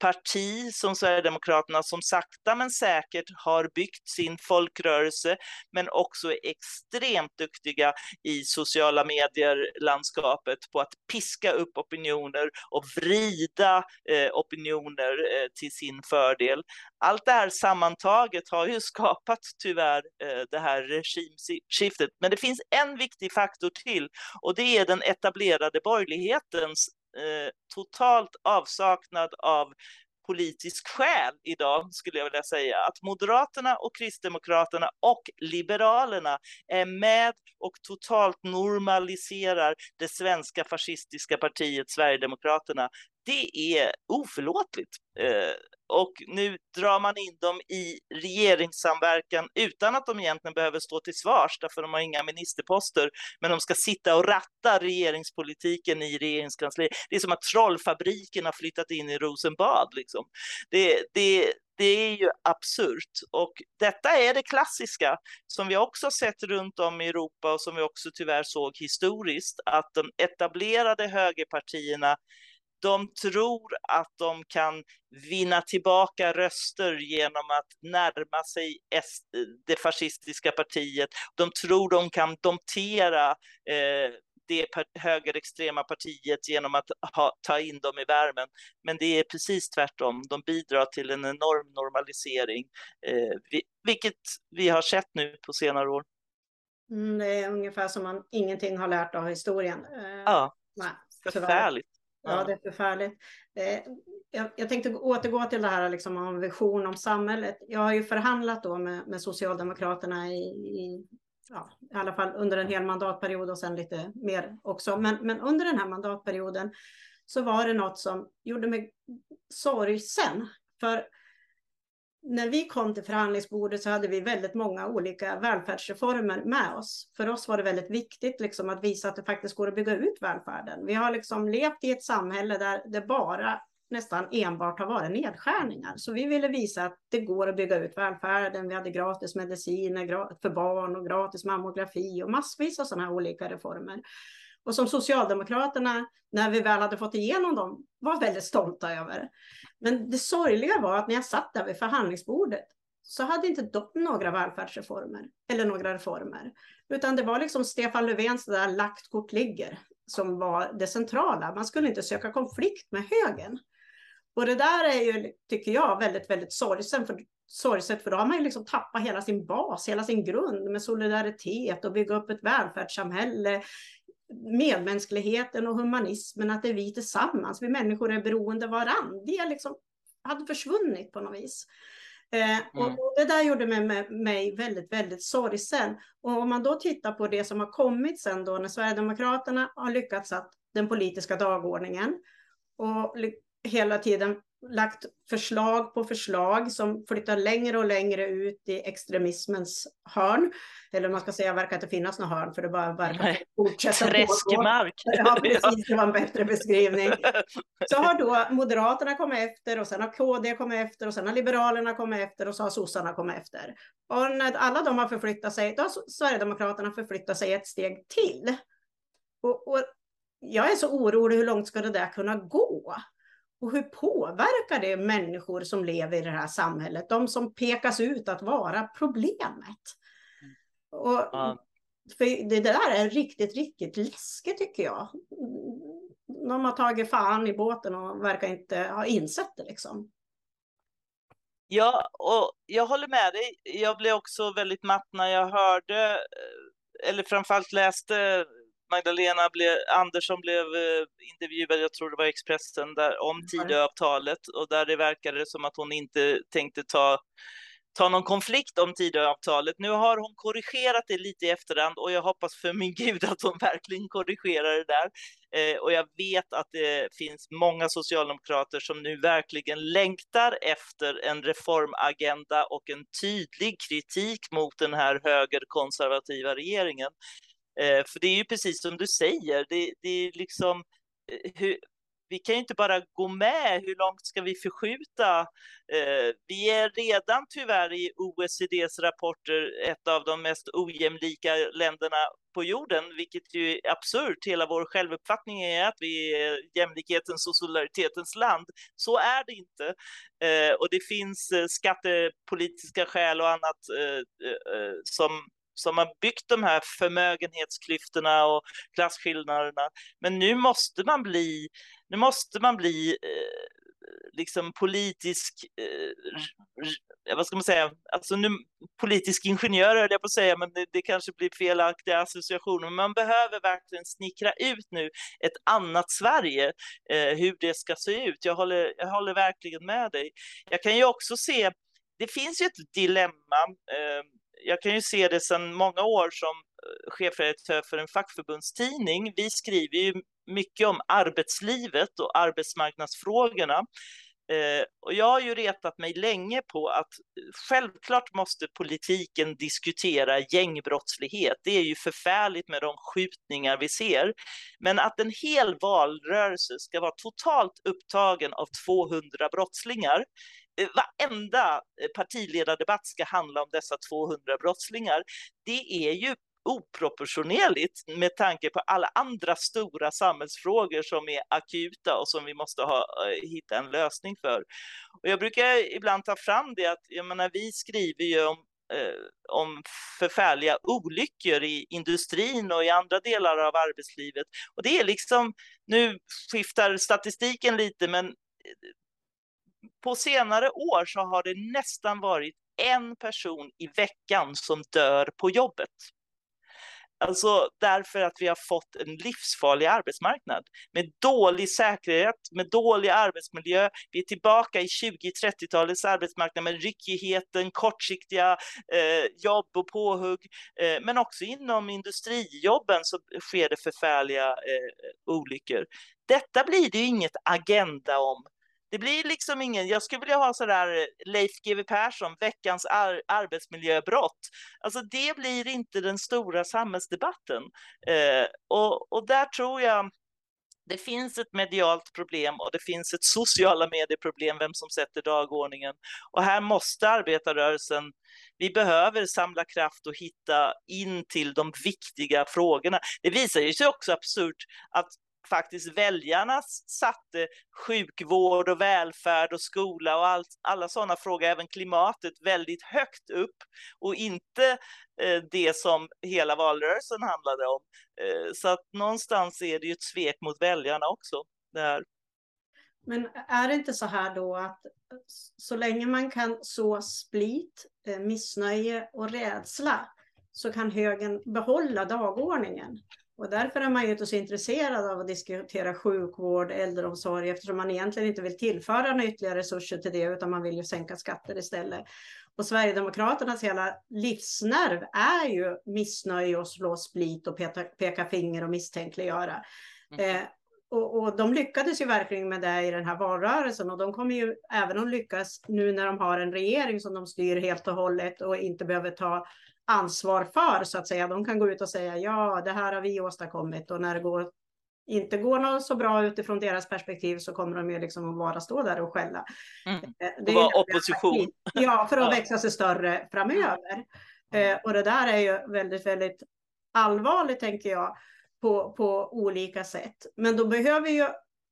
parti som Sverigedemokraterna som sakta men säkert har byggt sin folkrörelse, men också är extremt duktiga i sociala medier-landskapet på att piska upp opinioner och vrida eh, opinioner eh, till sin fördel. Allt det här sammantaget har ju skapat tyvärr eh, det här regimskiftet. Men det finns en viktig faktor till, och det är den etablerade borgerlighetens eh, totalt avsaknad av politisk själ idag, skulle jag vilja säga. Att Moderaterna och Kristdemokraterna och Liberalerna är med och totalt normaliserar det svenska fascistiska partiet Sverigedemokraterna. Det är oförlåtligt. Eh, och nu drar man in dem i regeringssamverkan utan att de egentligen behöver stå till svars, därför de har inga ministerposter, men de ska sitta och ratta regeringspolitiken i regeringskansliet. Det är som att trollfabriken har flyttat in i Rosenbad. Liksom. Det, det, det är ju absurt. Och detta är det klassiska som vi också sett runt om i Europa och som vi också tyvärr såg historiskt, att de etablerade högerpartierna, de tror att de kan vinna tillbaka röster genom att närma sig det fascistiska partiet. De tror de kan domptera eh, det högerextrema partiet genom att ha, ta in dem i värmen. Men det är precis tvärtom. De bidrar till en enorm normalisering, eh, vi, vilket vi har sett nu på senare år. Mm, det är ungefär som man ingenting har lärt av historien. Eh, ja, nej, förfärligt. Ja, det är förfärligt. Jag, jag tänkte återgå till det här liksom, om vision om samhället. Jag har ju förhandlat då med, med Socialdemokraterna i, i, ja, i alla fall under en hel mandatperiod och sen lite mer också. Men, men under den här mandatperioden så var det något som gjorde mig sorgsen. För när vi kom till förhandlingsbordet så hade vi väldigt många olika välfärdsreformer med oss. För oss var det väldigt viktigt liksom, att visa att det faktiskt går att bygga ut välfärden. Vi har liksom levt i ett samhälle där det bara nästan enbart har varit nedskärningar. Så vi ville visa att det går att bygga ut välfärden. Vi hade gratis mediciner för barn och gratis mammografi och massvis av sådana här olika reformer. Och som Socialdemokraterna, när vi väl hade fått igenom dem, var väldigt stolta över. Men det sorgliga var att när jag satt där vid förhandlingsbordet så hade inte de några välfärdsreformer eller några reformer. Utan det var liksom Stefan Löfvens där lagt kort ligger som var det centrala. Man skulle inte söka konflikt med högern. Och det där är ju, tycker jag, väldigt, väldigt sorgsen för, sorgset, för då har man ju liksom tappat hela sin bas, hela sin grund med solidaritet och bygga upp ett välfärdssamhälle, medmänskligheten och humanismen, att det är vi tillsammans, vi människor är beroende av varandra. Det liksom hade försvunnit på något vis. Eh, mm. och, och det där gjorde mig, med, mig väldigt, väldigt sorgsen. Och om man då tittar på det som har kommit sen då, när Sverigedemokraterna har lyckats att den politiska dagordningen och hela tiden lagt förslag på förslag som flyttar längre och längre ut i extremismens hörn. Eller man ska säga, verkar inte finnas någon hörn, för det bara verkar fortsätta. Träskmark. Ja, precis, det var en bättre beskrivning. Så har då Moderaterna kommit efter, och sen har K D kommit efter, och sen har Liberalerna kommit efter, och så har sossarna kommit efter. Och när alla de har förflyttat sig, då har Sverigedemokraterna förflyttat sig ett steg till. Och, och jag är så orolig, hur långt ska det där kunna gå? Och hur påverkar det människor som lever i det här samhället? De som pekas ut att vara problemet. Och för det där är riktigt, riktigt läskigt, tycker jag. De har tagit fan i båten och verkar inte ha insett det liksom. Ja, och jag håller med dig. Jag blev också väldigt matt när jag hörde, eller framförallt läste, Magdalena blev, Andersson blev eh, intervjuad, jag tror det var Expressen, där, om Tidöavtalet, och där det verkade som att hon inte tänkte ta, ta någon konflikt om Tidöavtalet. Nu har hon korrigerat det lite i efterhand, och jag hoppas för min gud att hon verkligen korrigerar det där. Eh, och jag vet att det finns många socialdemokrater som nu verkligen längtar efter en reformagenda och en tydlig kritik mot den här högerkonservativa regeringen. Eh, för det är ju precis som du säger, det, det är liksom, hur, vi kan ju inte bara gå med. Hur långt ska vi förskjuta? Eh, vi är redan tyvärr i O E C D:s rapporter ett av de mest ojämlika länderna på jorden, vilket ju är absurt. Hela vår självuppfattning är att vi är jämlikhetens och solidaritetens land. Så är det inte. Eh, och det finns eh, skattepolitiska skäl och annat eh, eh, som som har byggt de här förmögenhetsklyftorna och klasskillnaderna. Men nu måste man bli, nu måste man bli eh, liksom politisk, eh, vad ska man säga, alltså nu, politisk ingenjör höll jag på att säga, men det, det kanske blir felaktiga associationer. Men man behöver verkligen snickra ut nu ett annat Sverige, eh, hur det ska se ut. Jag håller, jag håller verkligen med dig. Jag kan ju också se, det finns ju ett dilemma, eh, jag kan ju se det sedan många år som chefredaktör för en fackförbundstidning. Vi skriver ju mycket om arbetslivet och arbetsmarknadsfrågorna. Eh, och jag har ju retat mig länge på att självklart måste politiken diskutera gängbrottslighet. Det är ju förfärligt med de skjutningar vi ser. Men att en hel valrörelse ska vara totalt upptagen av tvåhundra brottslingar, varenda partiledardebatt ska handla om dessa tvåhundra brottslingar, det är ju oproportionerligt med tanke på alla andra stora samhällsfrågor som är akuta och som vi måste ha, hitta en lösning för. Och jag brukar ibland ta fram det att, jag menar, vi skriver ju om, eh, om förfärliga olyckor i industrin och i andra delar av arbetslivet. Och det är liksom, nu skiftar statistiken lite, men på senare år så har det nästan varit en person i veckan som dör på jobbet. Alltså därför att vi har fått en livsfarlig arbetsmarknad med dålig säkerhet, med dålig arbetsmiljö. Vi är tillbaka i tjugo-trettiotalets arbetsmarknad med ryckigheten, kortsiktiga eh, jobb och påhugg. Eh, men också inom industrijobben så sker det förfärliga eh, olyckor. Detta blir det ju inget agenda om. Det blir liksom ingen, jag skulle vilja ha sådär Leif G W Persson, veckans ar- arbetsmiljöbrott. Alltså det blir inte den stora samhällsdebatten. Eh, och, och där tror jag det finns ett medialt problem och det finns ett sociala medieproblem, vem som sätter dagordningen. Och här måste arbetarrörelsen, vi behöver samla kraft och hitta in till de viktiga frågorna. Det visar sig också absurt att faktiskt väljarna satte sjukvård och välfärd och skola och allt, alla sådana frågor, även klimatet, väldigt högt upp och inte eh, det som hela valrörelsen handlade om. Eh, så att någonstans är det ju ett svek mot väljarna också. Det här. Men är det inte så här då att så länge man kan så split, eh, missnöje och rädsla så kan högern behålla dagordningen? Och därför är man ju inte så intresserad av att diskutera sjukvård, äldreomsorg, eftersom man egentligen inte vill tillföra några ytterligare resurser till det, utan man vill ju sänka skatter istället. Och Sverigedemokraternas hela livsnerv är ju missnöje och slå split och peka, peka finger och misstänkliggöra. Mm. Eh, och, och de lyckades ju verkligen med det i den här valrörelsen, och de kommer ju även att lyckas nu när de har en regering som de styr helt och hållet och inte behöver ta ansvar för, så att säga. De kan gå ut och säga ja, det här har vi åstadkommit, och när det går, inte går något så bra utifrån deras perspektiv så kommer de ju liksom att bara stå där och skälla. Mm. Det är vara opposition. Ja, för att ja. växa sig större framöver. Mm. Och det där är ju väldigt, väldigt allvarligt, tänker jag, på, på olika sätt. Men då behöver ju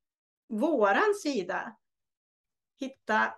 våran sida hitta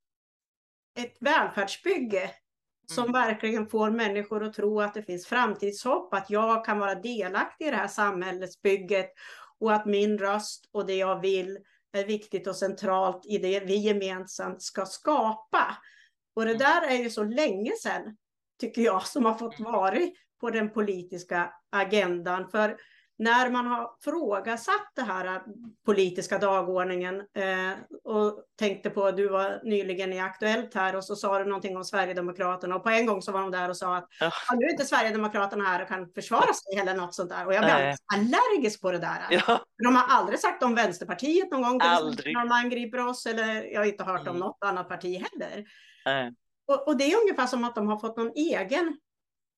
ett välfärdsbygge som mm. verkligen får människor att tro att det finns framtidshopp, att jag kan vara delaktig i det här samhällsbygget och att min röst och det jag vill är viktigt och centralt i det vi gemensamt ska skapa. Och det där är ju så länge sedan, tycker jag, som har fått vara på den politiska agendan. För när man har frågasatt det här politiska dagordningen eh, och tänkte på, du var nyligen i Aktuellt här och så sa du någonting om Sverigedemokraterna, och på en gång så var de där och sa att ja. nu är inte Sverigedemokraterna här och kan försvara sig eller något sånt där. Och jag blev äh. allergisk på det där. Ja. De har aldrig sagt om Vänsterpartiet någon gång till när de angriper oss, eller jag har inte hört mm. om något annat parti heller. Äh. Och, och det är ungefär som att de har fått någon egen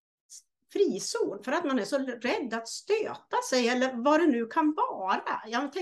frizon för att man är så rädd att stöta sig eller vad det nu kan vara. Jag tänker att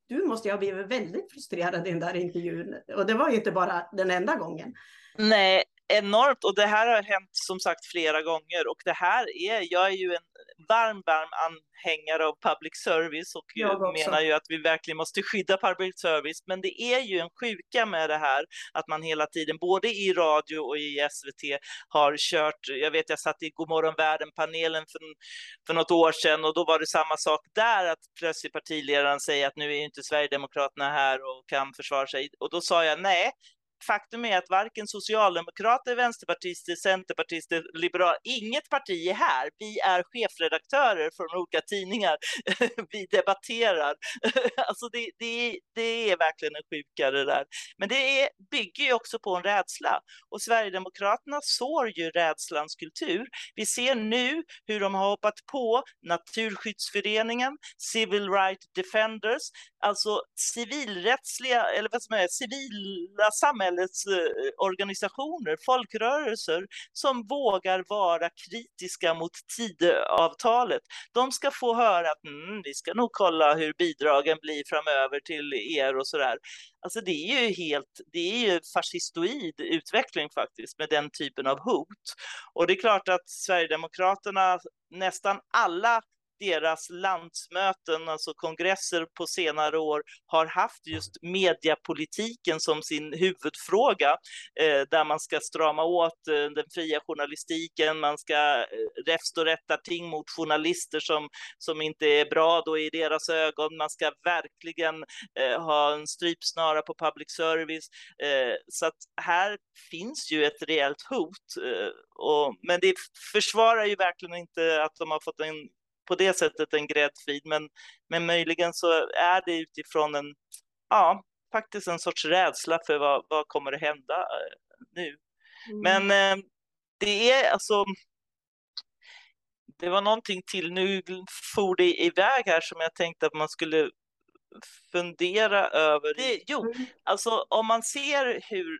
du måste ju ha blivit väldigt frustrerad i den där intervjun. Och det var ju inte bara den enda gången. Nej, enormt. Och det här har hänt som sagt flera gånger. Och det här är, jag är ju en varm, varm anhängare av public service och menar ju att vi verkligen måste skydda public service. Men det är ju en sjuka med det här att man hela tiden, både i radio och i S V T, har kört, jag vet jag satt i Godmorgon Världen-panelen för, för något år sedan och då var det samma sak där, att plötsligt partiledaren säger att nu är inte Sverigedemokraterna här och kan försvara sig. Och då sa jag nej. Faktum är att varken socialdemokrater, vänsterpartister, centerpartister, liberaler, inget parti är här. Vi är chefredaktörer från olika tidningar. Vi debatterar. Alltså det, det, det är verkligen en sjukare där. Men det är, bygger ju också på en rädsla. Och Sverigedemokraterna sår ju rädslans kultur. Vi ser nu hur de har hoppat på Naturskyddsföreningen, Civil Rights Defenders, alltså civilrättsliga, eller vad som är, civila samhällen, organisationer, folkrörelser som vågar vara kritiska mot Tidöavtalet. De ska få höra att mm, vi ska nog kolla hur bidragen blir framöver till er och sådär. Alltså det är ju helt, det är ju fascistoid utveckling faktiskt med den typen av hot. Och det är klart att Sverigedemokraterna, nästan alla deras landsmöten, alltså kongresser på senare år, har haft just mediepolitiken som sin huvudfråga, eh, där man ska strama åt eh, den fria journalistiken, man ska eh, räfst och rätta ting mot journalister som, som inte är bra då i deras ögon, man ska verkligen eh, ha en strypsnara på public service, eh, så att här finns ju ett reellt hot, eh, och, men det försvarar ju verkligen inte att de har fått en på det sättet en gräddfrid, men, men möjligen så är det utifrån en, ja, faktiskt en sorts rädsla för vad, vad kommer att hända eh, nu. Mm. Men eh, det är alltså, det var någonting till, nu for det iväg här som jag tänkte att man skulle fundera över. Det, jo, alltså om man ser hur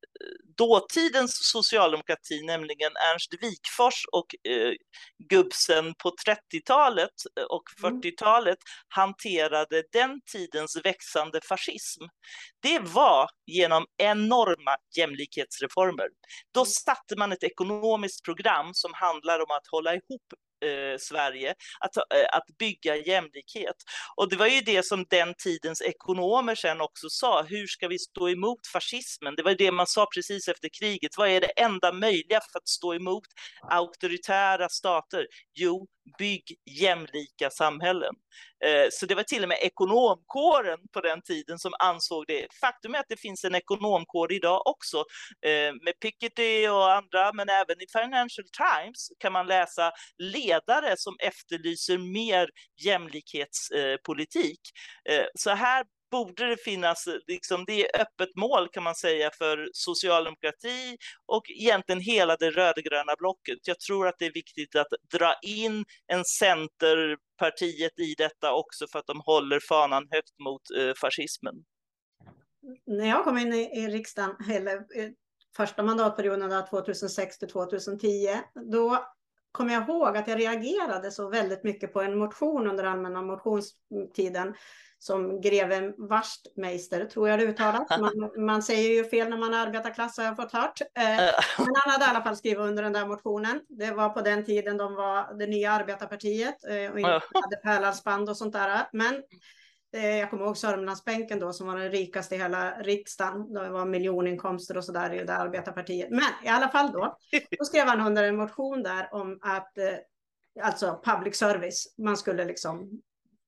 dåtidens socialdemokrati, nämligen Ernst Wigforss och eh, Gubbsen på trettiotalet och fyrtiotalet, hanterade den tidens växande fascism. Det var genom enorma jämlikhetsreformer. Då satte man ett ekonomiskt program som handlar om att hålla ihop Eh, Sverige, att, eh, att bygga jämlikhet. Och det var ju det som den tidens ekonomer sen också sa, hur ska vi stå emot fascismen? Det var ju det man sa precis efter kriget, vad är det enda möjliga för att stå emot auktoritära stater? Jo, bygg jämlika samhällen. Eh, så det var till och med ekonomkåren på den tiden som ansåg det. Faktum är att det finns en ekonomkår idag också, eh, med Piketty och andra, men även i Financial Times kan man läsa ledare som efterlyser mer jämlikhetspolitik. Eh, så här borde det finnas, liksom, det är öppet mål kan man säga för socialdemokrati och egentligen hela det rödgröna blocket. Jag tror att det är viktigt att dra in en centerpartiet i detta också för att de håller fanan högt mot eh, fascismen. När jag kom in i, i riksdagen, eller eh, första mandatperioden tjugohundrasex till tjugohundratio, då kommer jag ihåg att jag reagerade så väldigt mycket på en motion under allmänna motionstiden som greve Wachtmeister, tror jag det uttalas. Man, man säger ju fel när man är arbetarklass, har jag fått hört. Eh, men han hade i alla fall skrivit under den där motionen. Det var på den tiden de var det nya arbetarpartiet eh, och inte hade pärlhalsband och sånt där. Men eh, jag kommer ihåg Sörmlandsbänken då som var den rikaste i hela riksdagen. Det var miljoninkomster och sådär i det där arbetarpartiet. Men i alla fall då, då skrev han under en motion där om att eh, alltså public service, man skulle liksom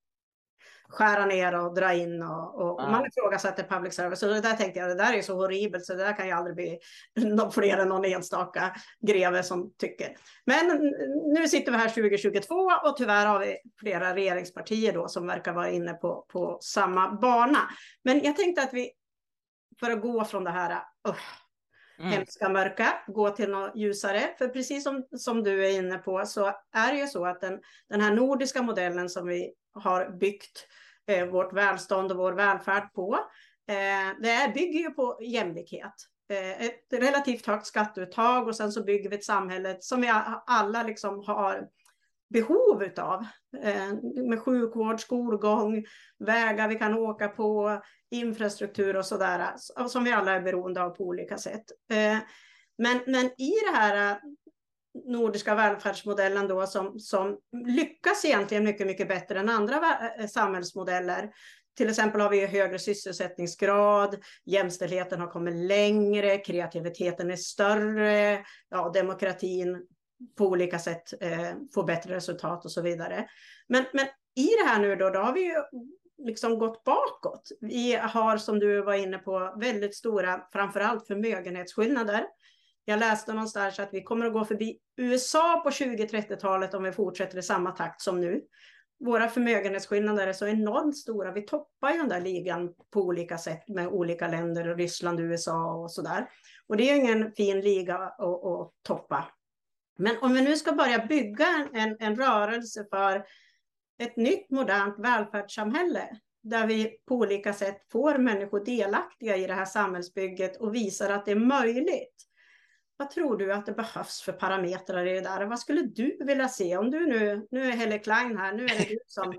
skära ner och dra in och, och mm. man ifrågasätter public service. Och det där tänkte jag, det där är så horribelt så det där kan ju aldrig bli någon fler än någon enstaka greve som tycker. Men nu sitter vi här tjugohundratjugotvå och tyvärr har vi flera regeringspartier då som verkar vara inne på, på samma bana. Men jag tänkte att vi, för att gå från det här uh, mm. hemska mörka, gå till något ljusare. För precis som, som du är inne på så är det ju så att den, den här nordiska modellen som vi har byggt eh, vårt välstånd och vår välfärd på, eh, det är, bygger ju på jämlikhet. Eh, ett relativt högt skatteuttag och sen så bygger vi ett samhälle som vi alla liksom har behov utav. Eh, med sjukvård, skolgång, vägar vi kan åka på, infrastruktur och sådär. Som vi alla är beroende av på olika sätt. Eh, men, men i det här nordiska välfärdsmodellen då som, som lyckas egentligen mycket, mycket bättre än andra samhällsmodeller. Till exempel har vi högre sysselsättningsgrad, jämställdheten har kommit längre, kreativiteten är större, ja, demokratin på olika sätt eh, får bättre resultat och så vidare. Men, men i det här nu då, då har vi ju liksom gått bakåt. Vi har, som du var inne på, väldigt stora, framförallt förmögenhetsskillnader. Jag läste någonstans att vi kommer att gå förbi U S A på tjugo-trettiotalet om vi fortsätter i samma takt som nu. Våra förmögenhetsskillnader är så enormt stora. Vi toppar ju den där ligan på olika sätt med olika länder, Ryssland, U S A och sådär. Och det är ju ingen fin liga att, att toppa. Men om vi nu ska börja bygga en, en rörelse för ett nytt modernt välfärdssamhälle där vi på olika sätt får människor delaktiga i det här samhällsbygget och visar att det är möjligt. Vad tror du att det behövs för parametrar i det där? Vad skulle du vilja se? Om du nu, nu är Helle Klein här, nu är det du som...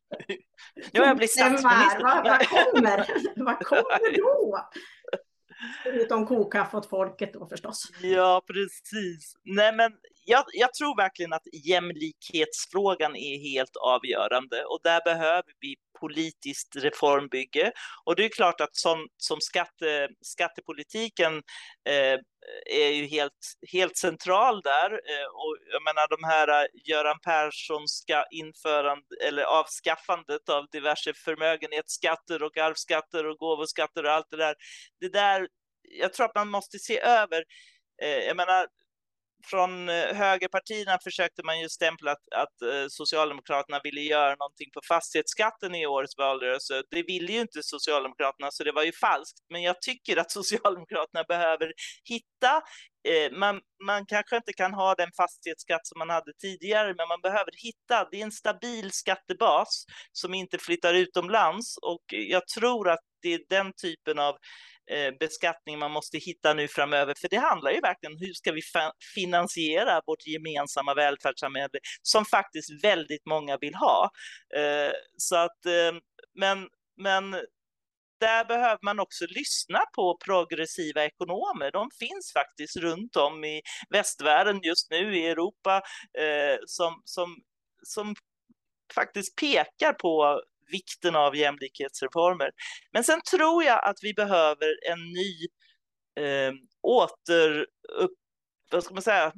Ja, jag blir statsminister. Vad, vad kommer? Vad kommer då? Utom kokkaffe åt folket då förstås. Ja, precis. Nej, men jag, jag tror verkligen att jämlikhetsfrågan är helt avgörande. Och där behöver vi politiskt reformbygge. Och det är klart att som, som skatte, skattepolitiken eh, är ju helt, helt central där. Eh, och jag menar de här Göran Perssonska införande eller avskaffandet av diverse förmögenhetsskatter och arvsskatter och gåvoskatter och allt det där. Det där, jag tror att man måste se över, eh, jag menar från högerpartierna försökte man ju stämpla att, att eh, Socialdemokraterna ville göra någonting på fastighetsskatten i årets valrörelse. Det ville ju inte Socialdemokraterna, så det var ju falskt. Men jag tycker att Socialdemokraterna behöver hitta, eh, man, man kanske inte kan ha den fastighetsskatt som man hade tidigare, men man behöver hitta, det är en stabil skattebas som inte flyttar utomlands, och jag tror att det är den typen av beskattning man måste hitta nu framöver, för det handlar ju verkligen om hur ska vi finansiera vårt gemensamma välfärdssamhälle som faktiskt väldigt många vill ha. Så att, men, men där behöver man också lyssna på progressiva ekonomer. De finns faktiskt runt om i västvärlden just nu, i Europa, som, som, som faktiskt pekar på vikten av jämlikhetsreformer. Men sen tror jag att vi behöver en ny eh, åter, upp, vad ska man säga,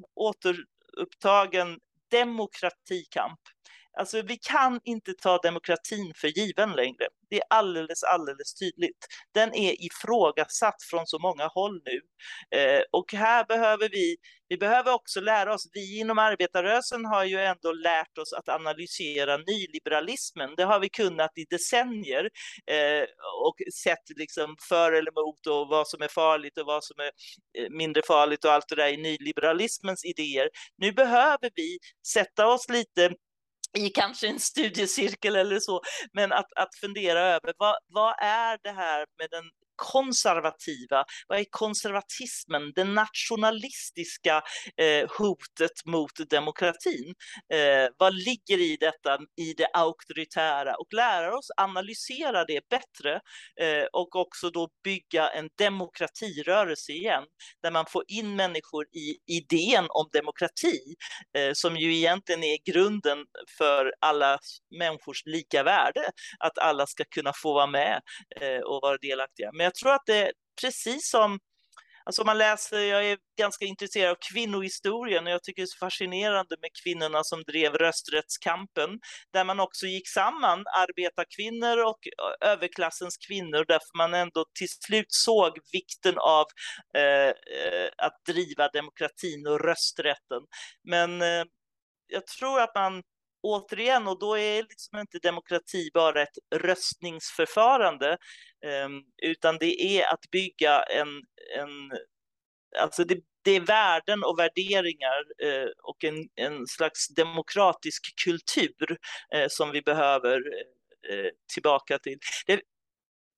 återupptagen demokratikamp. Alltså vi kan inte ta demokratin för given längre. Det är alldeles, alldeles tydligt. Den är ifrågasatt från så många håll nu. Eh, och här behöver vi, vi behöver också lära oss, vi inom arbetarrörelsen har ju ändå lärt oss att analysera nyliberalismen. Det har vi kunnat i decennier eh, och sett liksom för eller emot och vad som är farligt och vad som är mindre farligt och allt det där i nyliberalismens idéer. Nu behöver vi sätta oss lite i kanske en studiecirkel eller så, men att, att fundera över vad, vad är det här med den konservativa, vad är konservatismen, det nationalistiska eh, hotet mot demokratin, eh, vad ligger i detta, i det auktoritära, och lära oss analysera det bättre eh, och också då bygga en demokratirörelse igen, där man får in människor i idén om demokrati eh, som ju egentligen är grunden för alla människors lika värde, att alla ska kunna få vara med eh, och vara delaktiga. Men jag tror att det är precis som, alltså om man läser, jag är ganska intresserad av kvinnohistorien och jag tycker det är så fascinerande med kvinnorna som drev rösträttskampen, där man också gick samman arbetarkvinnor och överklassens kvinnor, därför man ändå till slut såg vikten av eh, att driva demokratin och rösträtten. Men eh, jag tror att man återigen, och då är liksom inte demokrati bara ett röstningsförfarande, utan det är att bygga en, en alltså det, det är värden och värderingar och en, en slags demokratisk kultur som vi behöver tillbaka till. Det,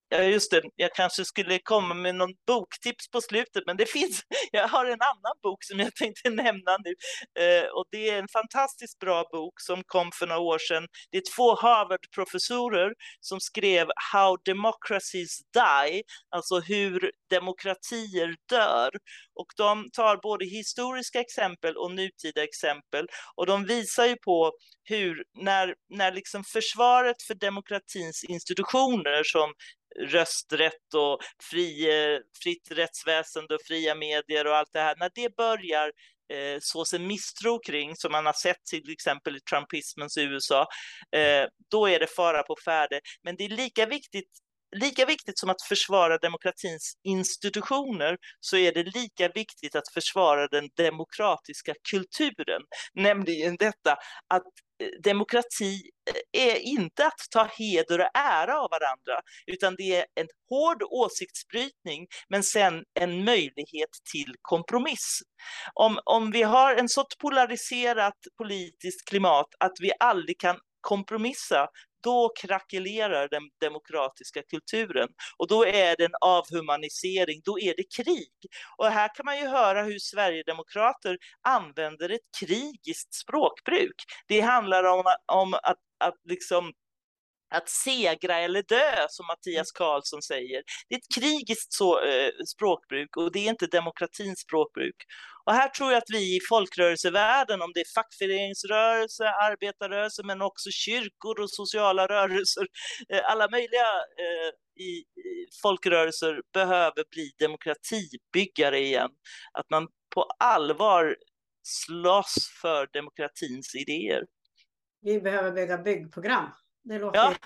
Ja, just det. Jag kanske skulle komma med någon boktips på slutet, men det finns, jag har en annan bok som jag tänkte nämna nu. Eh, och det är en fantastiskt bra bok som kom för några år sedan. Det är två Harvard-professorer som skrev How Democracies Die, alltså hur demokratier dör. Och de tar både historiska exempel och nutida exempel. Och de visar ju på hur, när, när liksom försvaret för demokratins institutioner som rösträtt och fri, fritt rättsväsende och fria medier och allt det här, när det börjar eh, sås en misstro kring, som man har sett till exempel i trumpismens U S A, eh, då är det fara på färde. Men det är lika viktigt Lika viktigt som att försvara demokratins institutioner, så är det lika viktigt att försvara den demokratiska kulturen. Nämligen detta att demokrati är inte att ta heder och ära av varandra, utan det är en hård åsiktsbrytning, men sen en möjlighet till kompromiss. Om, om vi har en sorts polariserat politiskt klimat att vi aldrig kan kompromissa, då krackelerar den demokratiska kulturen. Och då är det en avhumanisering, då är det krig. Och här kan man ju höra hur Sverigedemokrater använder ett krigiskt språkbruk. Det handlar om, om att, att liksom att segra eller dö, som Mattias Karlsson säger. Det är ett krigiskt så, eh, språkbruk, och det är inte demokratins språkbruk. Och här tror jag att vi i folkrörelsevärlden, om det är fackföreningsrörelse, arbetarrörelse, men också kyrkor och sociala rörelser, eh, alla möjliga eh, i, i folkrörelser behöver bli demokratibyggare igen. Att man på allvar slåss för demokratins idéer. Vi behöver bygga byggprogram. Det låter ja.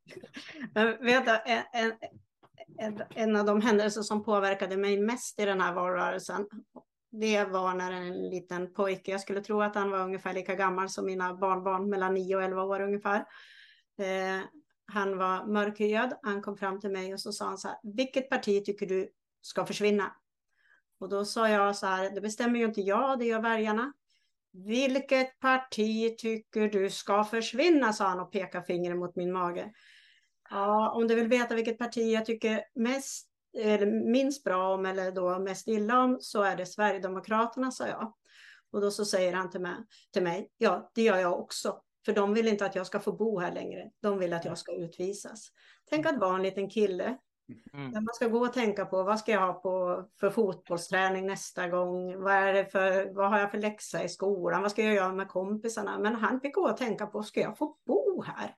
Men vet du, en, en, en, en av de händelser som påverkade mig mest i den här valrörelsen, det var när en liten pojke, jag skulle tro att han var ungefär lika gammal som mina barnbarn, mellan nio och elva år ungefär. Eh, han var mörkhyad, han kom fram till mig och så sa han så här: vilket parti tycker du ska försvinna? Och då sa jag så här: det bestämmer ju inte jag, det gör väljarna. Vilket parti tycker du ska försvinna, sa han och pekade fingret mot min mage. Ja, om du vill veta vilket parti jag tycker mest, eller minst bra om, eller då mest illa om, så är det Sverigedemokraterna, sa jag. Och då så säger han till mig, till mig, ja, det gör jag också. För de vill inte att jag ska få bo här längre. De vill att jag ska utvisas. Tänk att vara en liten kille. Mm. Man ska gå och tänka på, vad ska jag ha på för fotbollsträning nästa gång? Vad, är det för, vad har jag för läxa i skolan? Vad ska jag göra med kompisarna? Men han fick gå och tänka på, ska jag få bo här?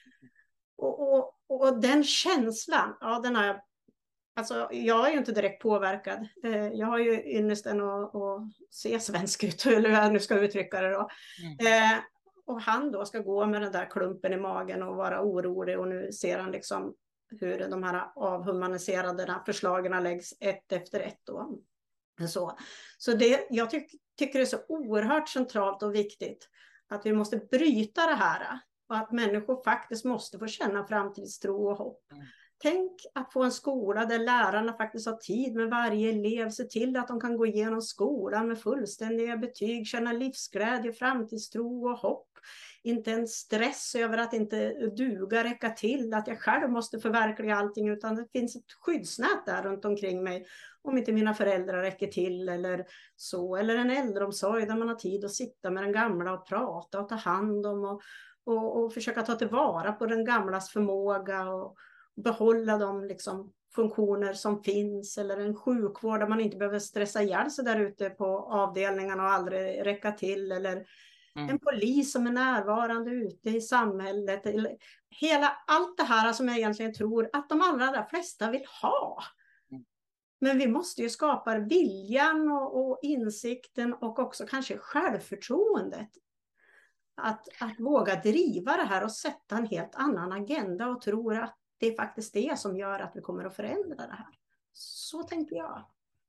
Och, och, och den känslan, ja, den har jag, alltså jag är ju inte direkt påverkad. Jag har ju ynnesten att, att se svensk ut, eller hur jag nu ska uttrycka det då. Mm. Eh, och han då ska gå med den där klumpen i magen och vara orolig, och nu ser han liksom hur de här avhumaniserade förslagen läggs ett efter ett då. Så, så det, jag tyck, tycker det är så oerhört centralt och viktigt att vi måste bryta det här, och att människor faktiskt måste få känna framtidstro och hopp. Mm. Tänk att få en skola där lärarna faktiskt har tid med varje elev, se till att de kan gå igenom skolan med fullständiga betyg, känna livsglädje, framtidstro och hopp. Inte en stress över att inte duga, räcka till, att jag själv måste förverkliga allting, utan det finns ett skyddsnät där runt omkring mig om inte mina föräldrar räcker till eller så, eller en äldreomsorg där man har tid att sitta med den gamla och prata och ta hand om och, och, och försöka ta tillvara på den gamlas förmåga och behålla de liksom funktioner som finns, eller en sjukvård där man inte behöver stressa ihjäl sig där ute på avdelningarna och aldrig räcka till, eller mm. en polis som är närvarande ute i samhället. Hela allt det här som jag egentligen tror att de allra flesta vill ha. Mm. Men vi måste ju skapa viljan och, och insikten och också kanske självförtroendet. Att, att våga driva det här och sätta en helt annan agenda och tro att det är faktiskt det som gör att vi kommer att förändra det här. Så tänker jag.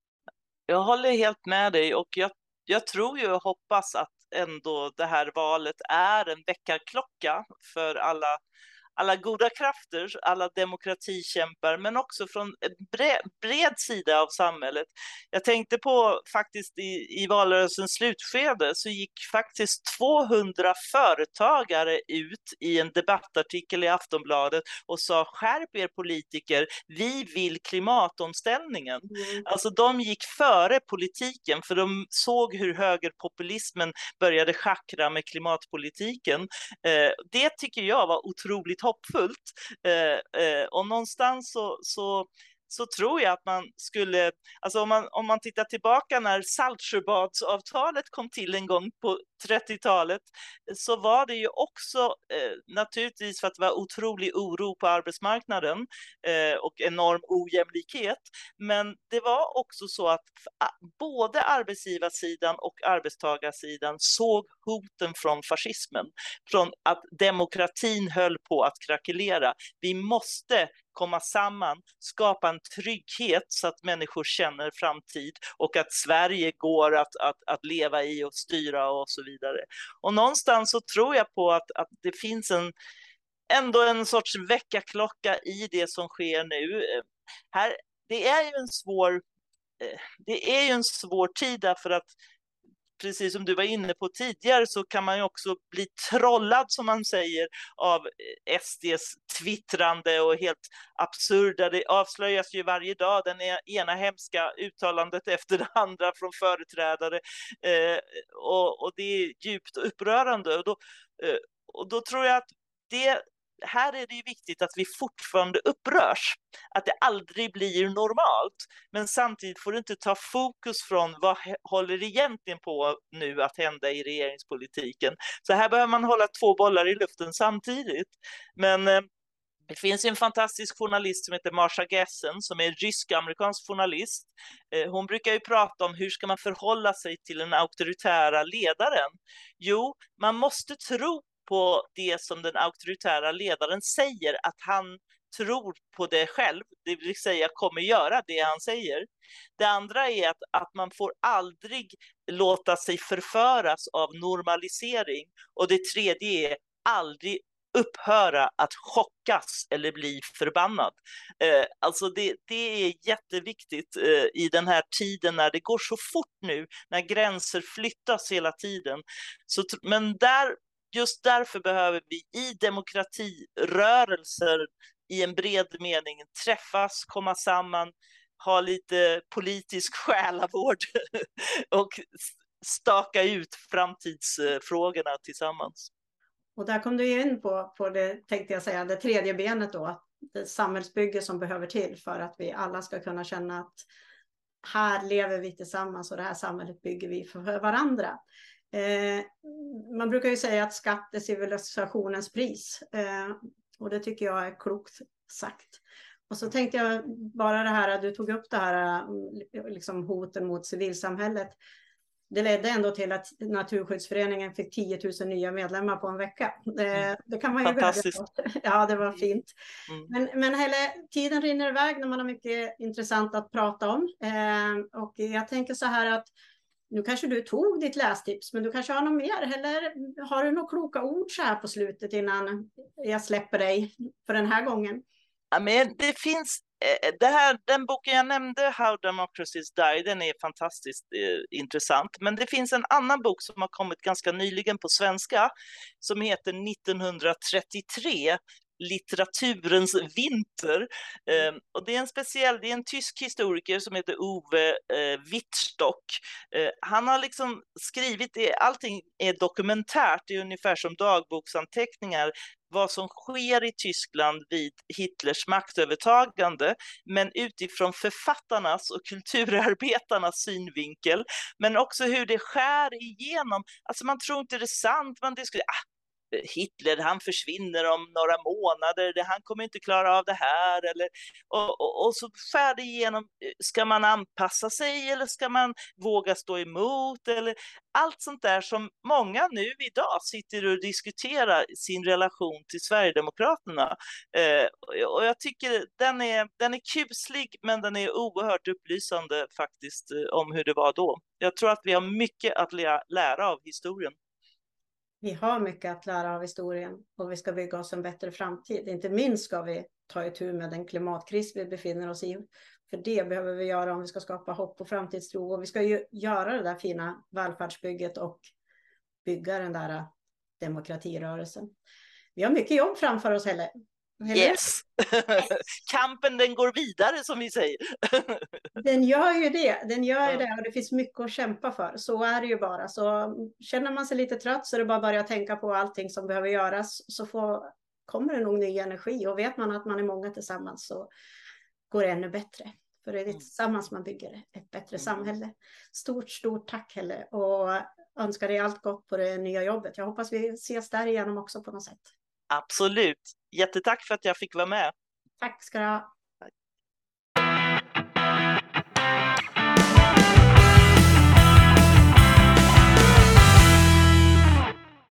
Jag håller helt med dig, och jag, jag tror ju och hoppas att ändå det här valet är en väckarklocka för alla, alla goda krafter, alla demokratikämpar, men också från en bred, bred sida av samhället. Jag tänkte på faktiskt i, i valrörelsens slutskede så gick faktiskt tvåhundra företagare ut i en debattartikel i Aftonbladet och sa: skärp er politiker, vi vill klimatomställningen. Mm. Alltså de gick före politiken för de såg hur högerpopulismen började schackra med klimatpolitiken. Eh, det tycker jag var otroligt hoppfullt. Eh, eh, och någonstans så, så så tror jag att man skulle, alltså om man, om man tittar tillbaka när Saltsjöbadsavtalet kom till en gång på trettiotalet, så var det ju också eh, naturligtvis för att det var otrolig oro på arbetsmarknaden eh, och enorm ojämlikhet, men det var också så att både arbetsgivarsidan och arbetstagarsidan såg hoten från fascismen, från att demokratin höll på att krackelera. Vi måste komma samman, skapa en trygghet så att människor känner framtid och att Sverige går att, att, att leva i och styra och så vidare. Och någonstans så tror jag på att, att det finns en, ändå en sorts väckarklocka i det som sker nu. Här, det är ju en svår, det är ju en svår tid därför att precis som du var inne på tidigare så kan man ju också bli trollad, som man säger, av S D:s twittrande och helt absurda. Det avslöjas ju varje dag den ena hemska uttalandet efter det andra från företrädare eh, och, och det är djupt upprörande. Och då, eh, och då tror jag att det här är det ju viktigt att vi fortfarande upprörs, att det aldrig blir normalt, men samtidigt får det inte ta fokus från vad håller egentligen på nu att hända i regeringspolitiken. Så här behöver man hålla två bollar i luften samtidigt. Men eh, det finns en fantastisk journalist som heter Marsha Gessen som är en rysk-amerikansk journalist. Eh, hon brukar ju prata om hur ska man förhålla sig till den auktoritära ledaren. Jo, man måste tro på det som den auktoritära ledaren säger, att han tror på det själv, det vill säga kommer göra det han säger. Det andra är att, att man får aldrig låta sig förföras av normalisering. Och det tredje är aldrig upphöra att chockas eller bli förbannad. Eh, alltså det, det är jätteviktigt eh, i den här tiden när det går så fort nu, när gränser flyttas hela tiden. Så, men där just därför behöver vi i demokratirörelser i en bred mening träffas, komma samman, ha lite politisk själavård och staka ut framtidsfrågorna tillsammans. Och där kom du in på, på det, tänkte jag säga, det tredje benet då, det samhällsbygge som behöver till för att vi alla ska kunna känna att här lever vi tillsammans och det här samhället bygger vi för varandra. Eh, man brukar ju säga att skatt är civilisationens pris eh, och det tycker jag är klokt sagt. Och så tänkte jag bara det här, du tog upp det här liksom hoten mot civilsamhället. Det ledde ändå till att Naturskyddsföreningen fick tio tusen nya medlemmar på en vecka. Det, det kan man ju Fantastiskt. Ja, det var fint. Mm. Men, men hela tiden rinner iväg när man har mycket intressant att prata om. Eh, och jag tänker så här att nu kanske du tog ditt lästips, men du kanske har något mer, eller har du några kloka ord så här på slutet innan jag släpper dig för den här gången? Ja, men det finns, det här, den boken jag nämnde, How Democracies Die, den är fantastiskt eh, intressant, men det finns en annan bok som har kommit ganska nyligen på svenska som heter nittonhundratrettiotre, litteraturens vinter. Eh, och det är en speciell, det är en tysk historiker som heter Ove eh, Wittstock. Eh, han har liksom skrivit, det, allting är dokumentärt, det är ungefär som dagboksanteckningar, vad som sker i Tyskland vid Hitlers maktövertagande, men utifrån författarnas och kulturarbetarnas synvinkel, men också hur det skär igenom. Alltså man tror inte det är sant, man diskuterar, ah, Hitler, han försvinner om några månader, han kommer inte klara av det här, eller, och, och, och så skär det igenom, ska man anpassa sig eller ska man våga stå emot, eller allt sånt där som många nu idag sitter och diskuterar sin relation till Sverigedemokraterna. Eh, och jag tycker den är, den är kuslig, men den är oerhört upplysande faktiskt om hur det var då. Jag tror att vi har mycket att lära av historien. Vi har mycket att lära av historien och vi ska bygga oss en bättre framtid. Inte minst ska vi ta itu med den klimatkris vi befinner oss i. För det behöver vi göra om vi ska skapa hopp och framtidstro. Och vi ska ju göra det där fina välfärdsbygget och bygga den där demokratirörelsen. Vi har mycket jobb framför oss heller. Yes! Kampen den går vidare som vi säger. Den gör ju det, den gör ju det och det finns mycket att kämpa för. Så är det ju bara. Så känner man sig lite trött så är det bara att börja tänka på allting som behöver göras. Så får, kommer det nog ny energi och vet man att man är många tillsammans så går det ännu bättre. För det är tillsammans man bygger ett bättre mm. samhälle. Stort, stort tack Helle och önskar dig allt gott på det nya jobbet. Jag hoppas vi ses där igenom också på något sätt. Absolut. Jättetack för att jag fick vara med. Tack ska du ha.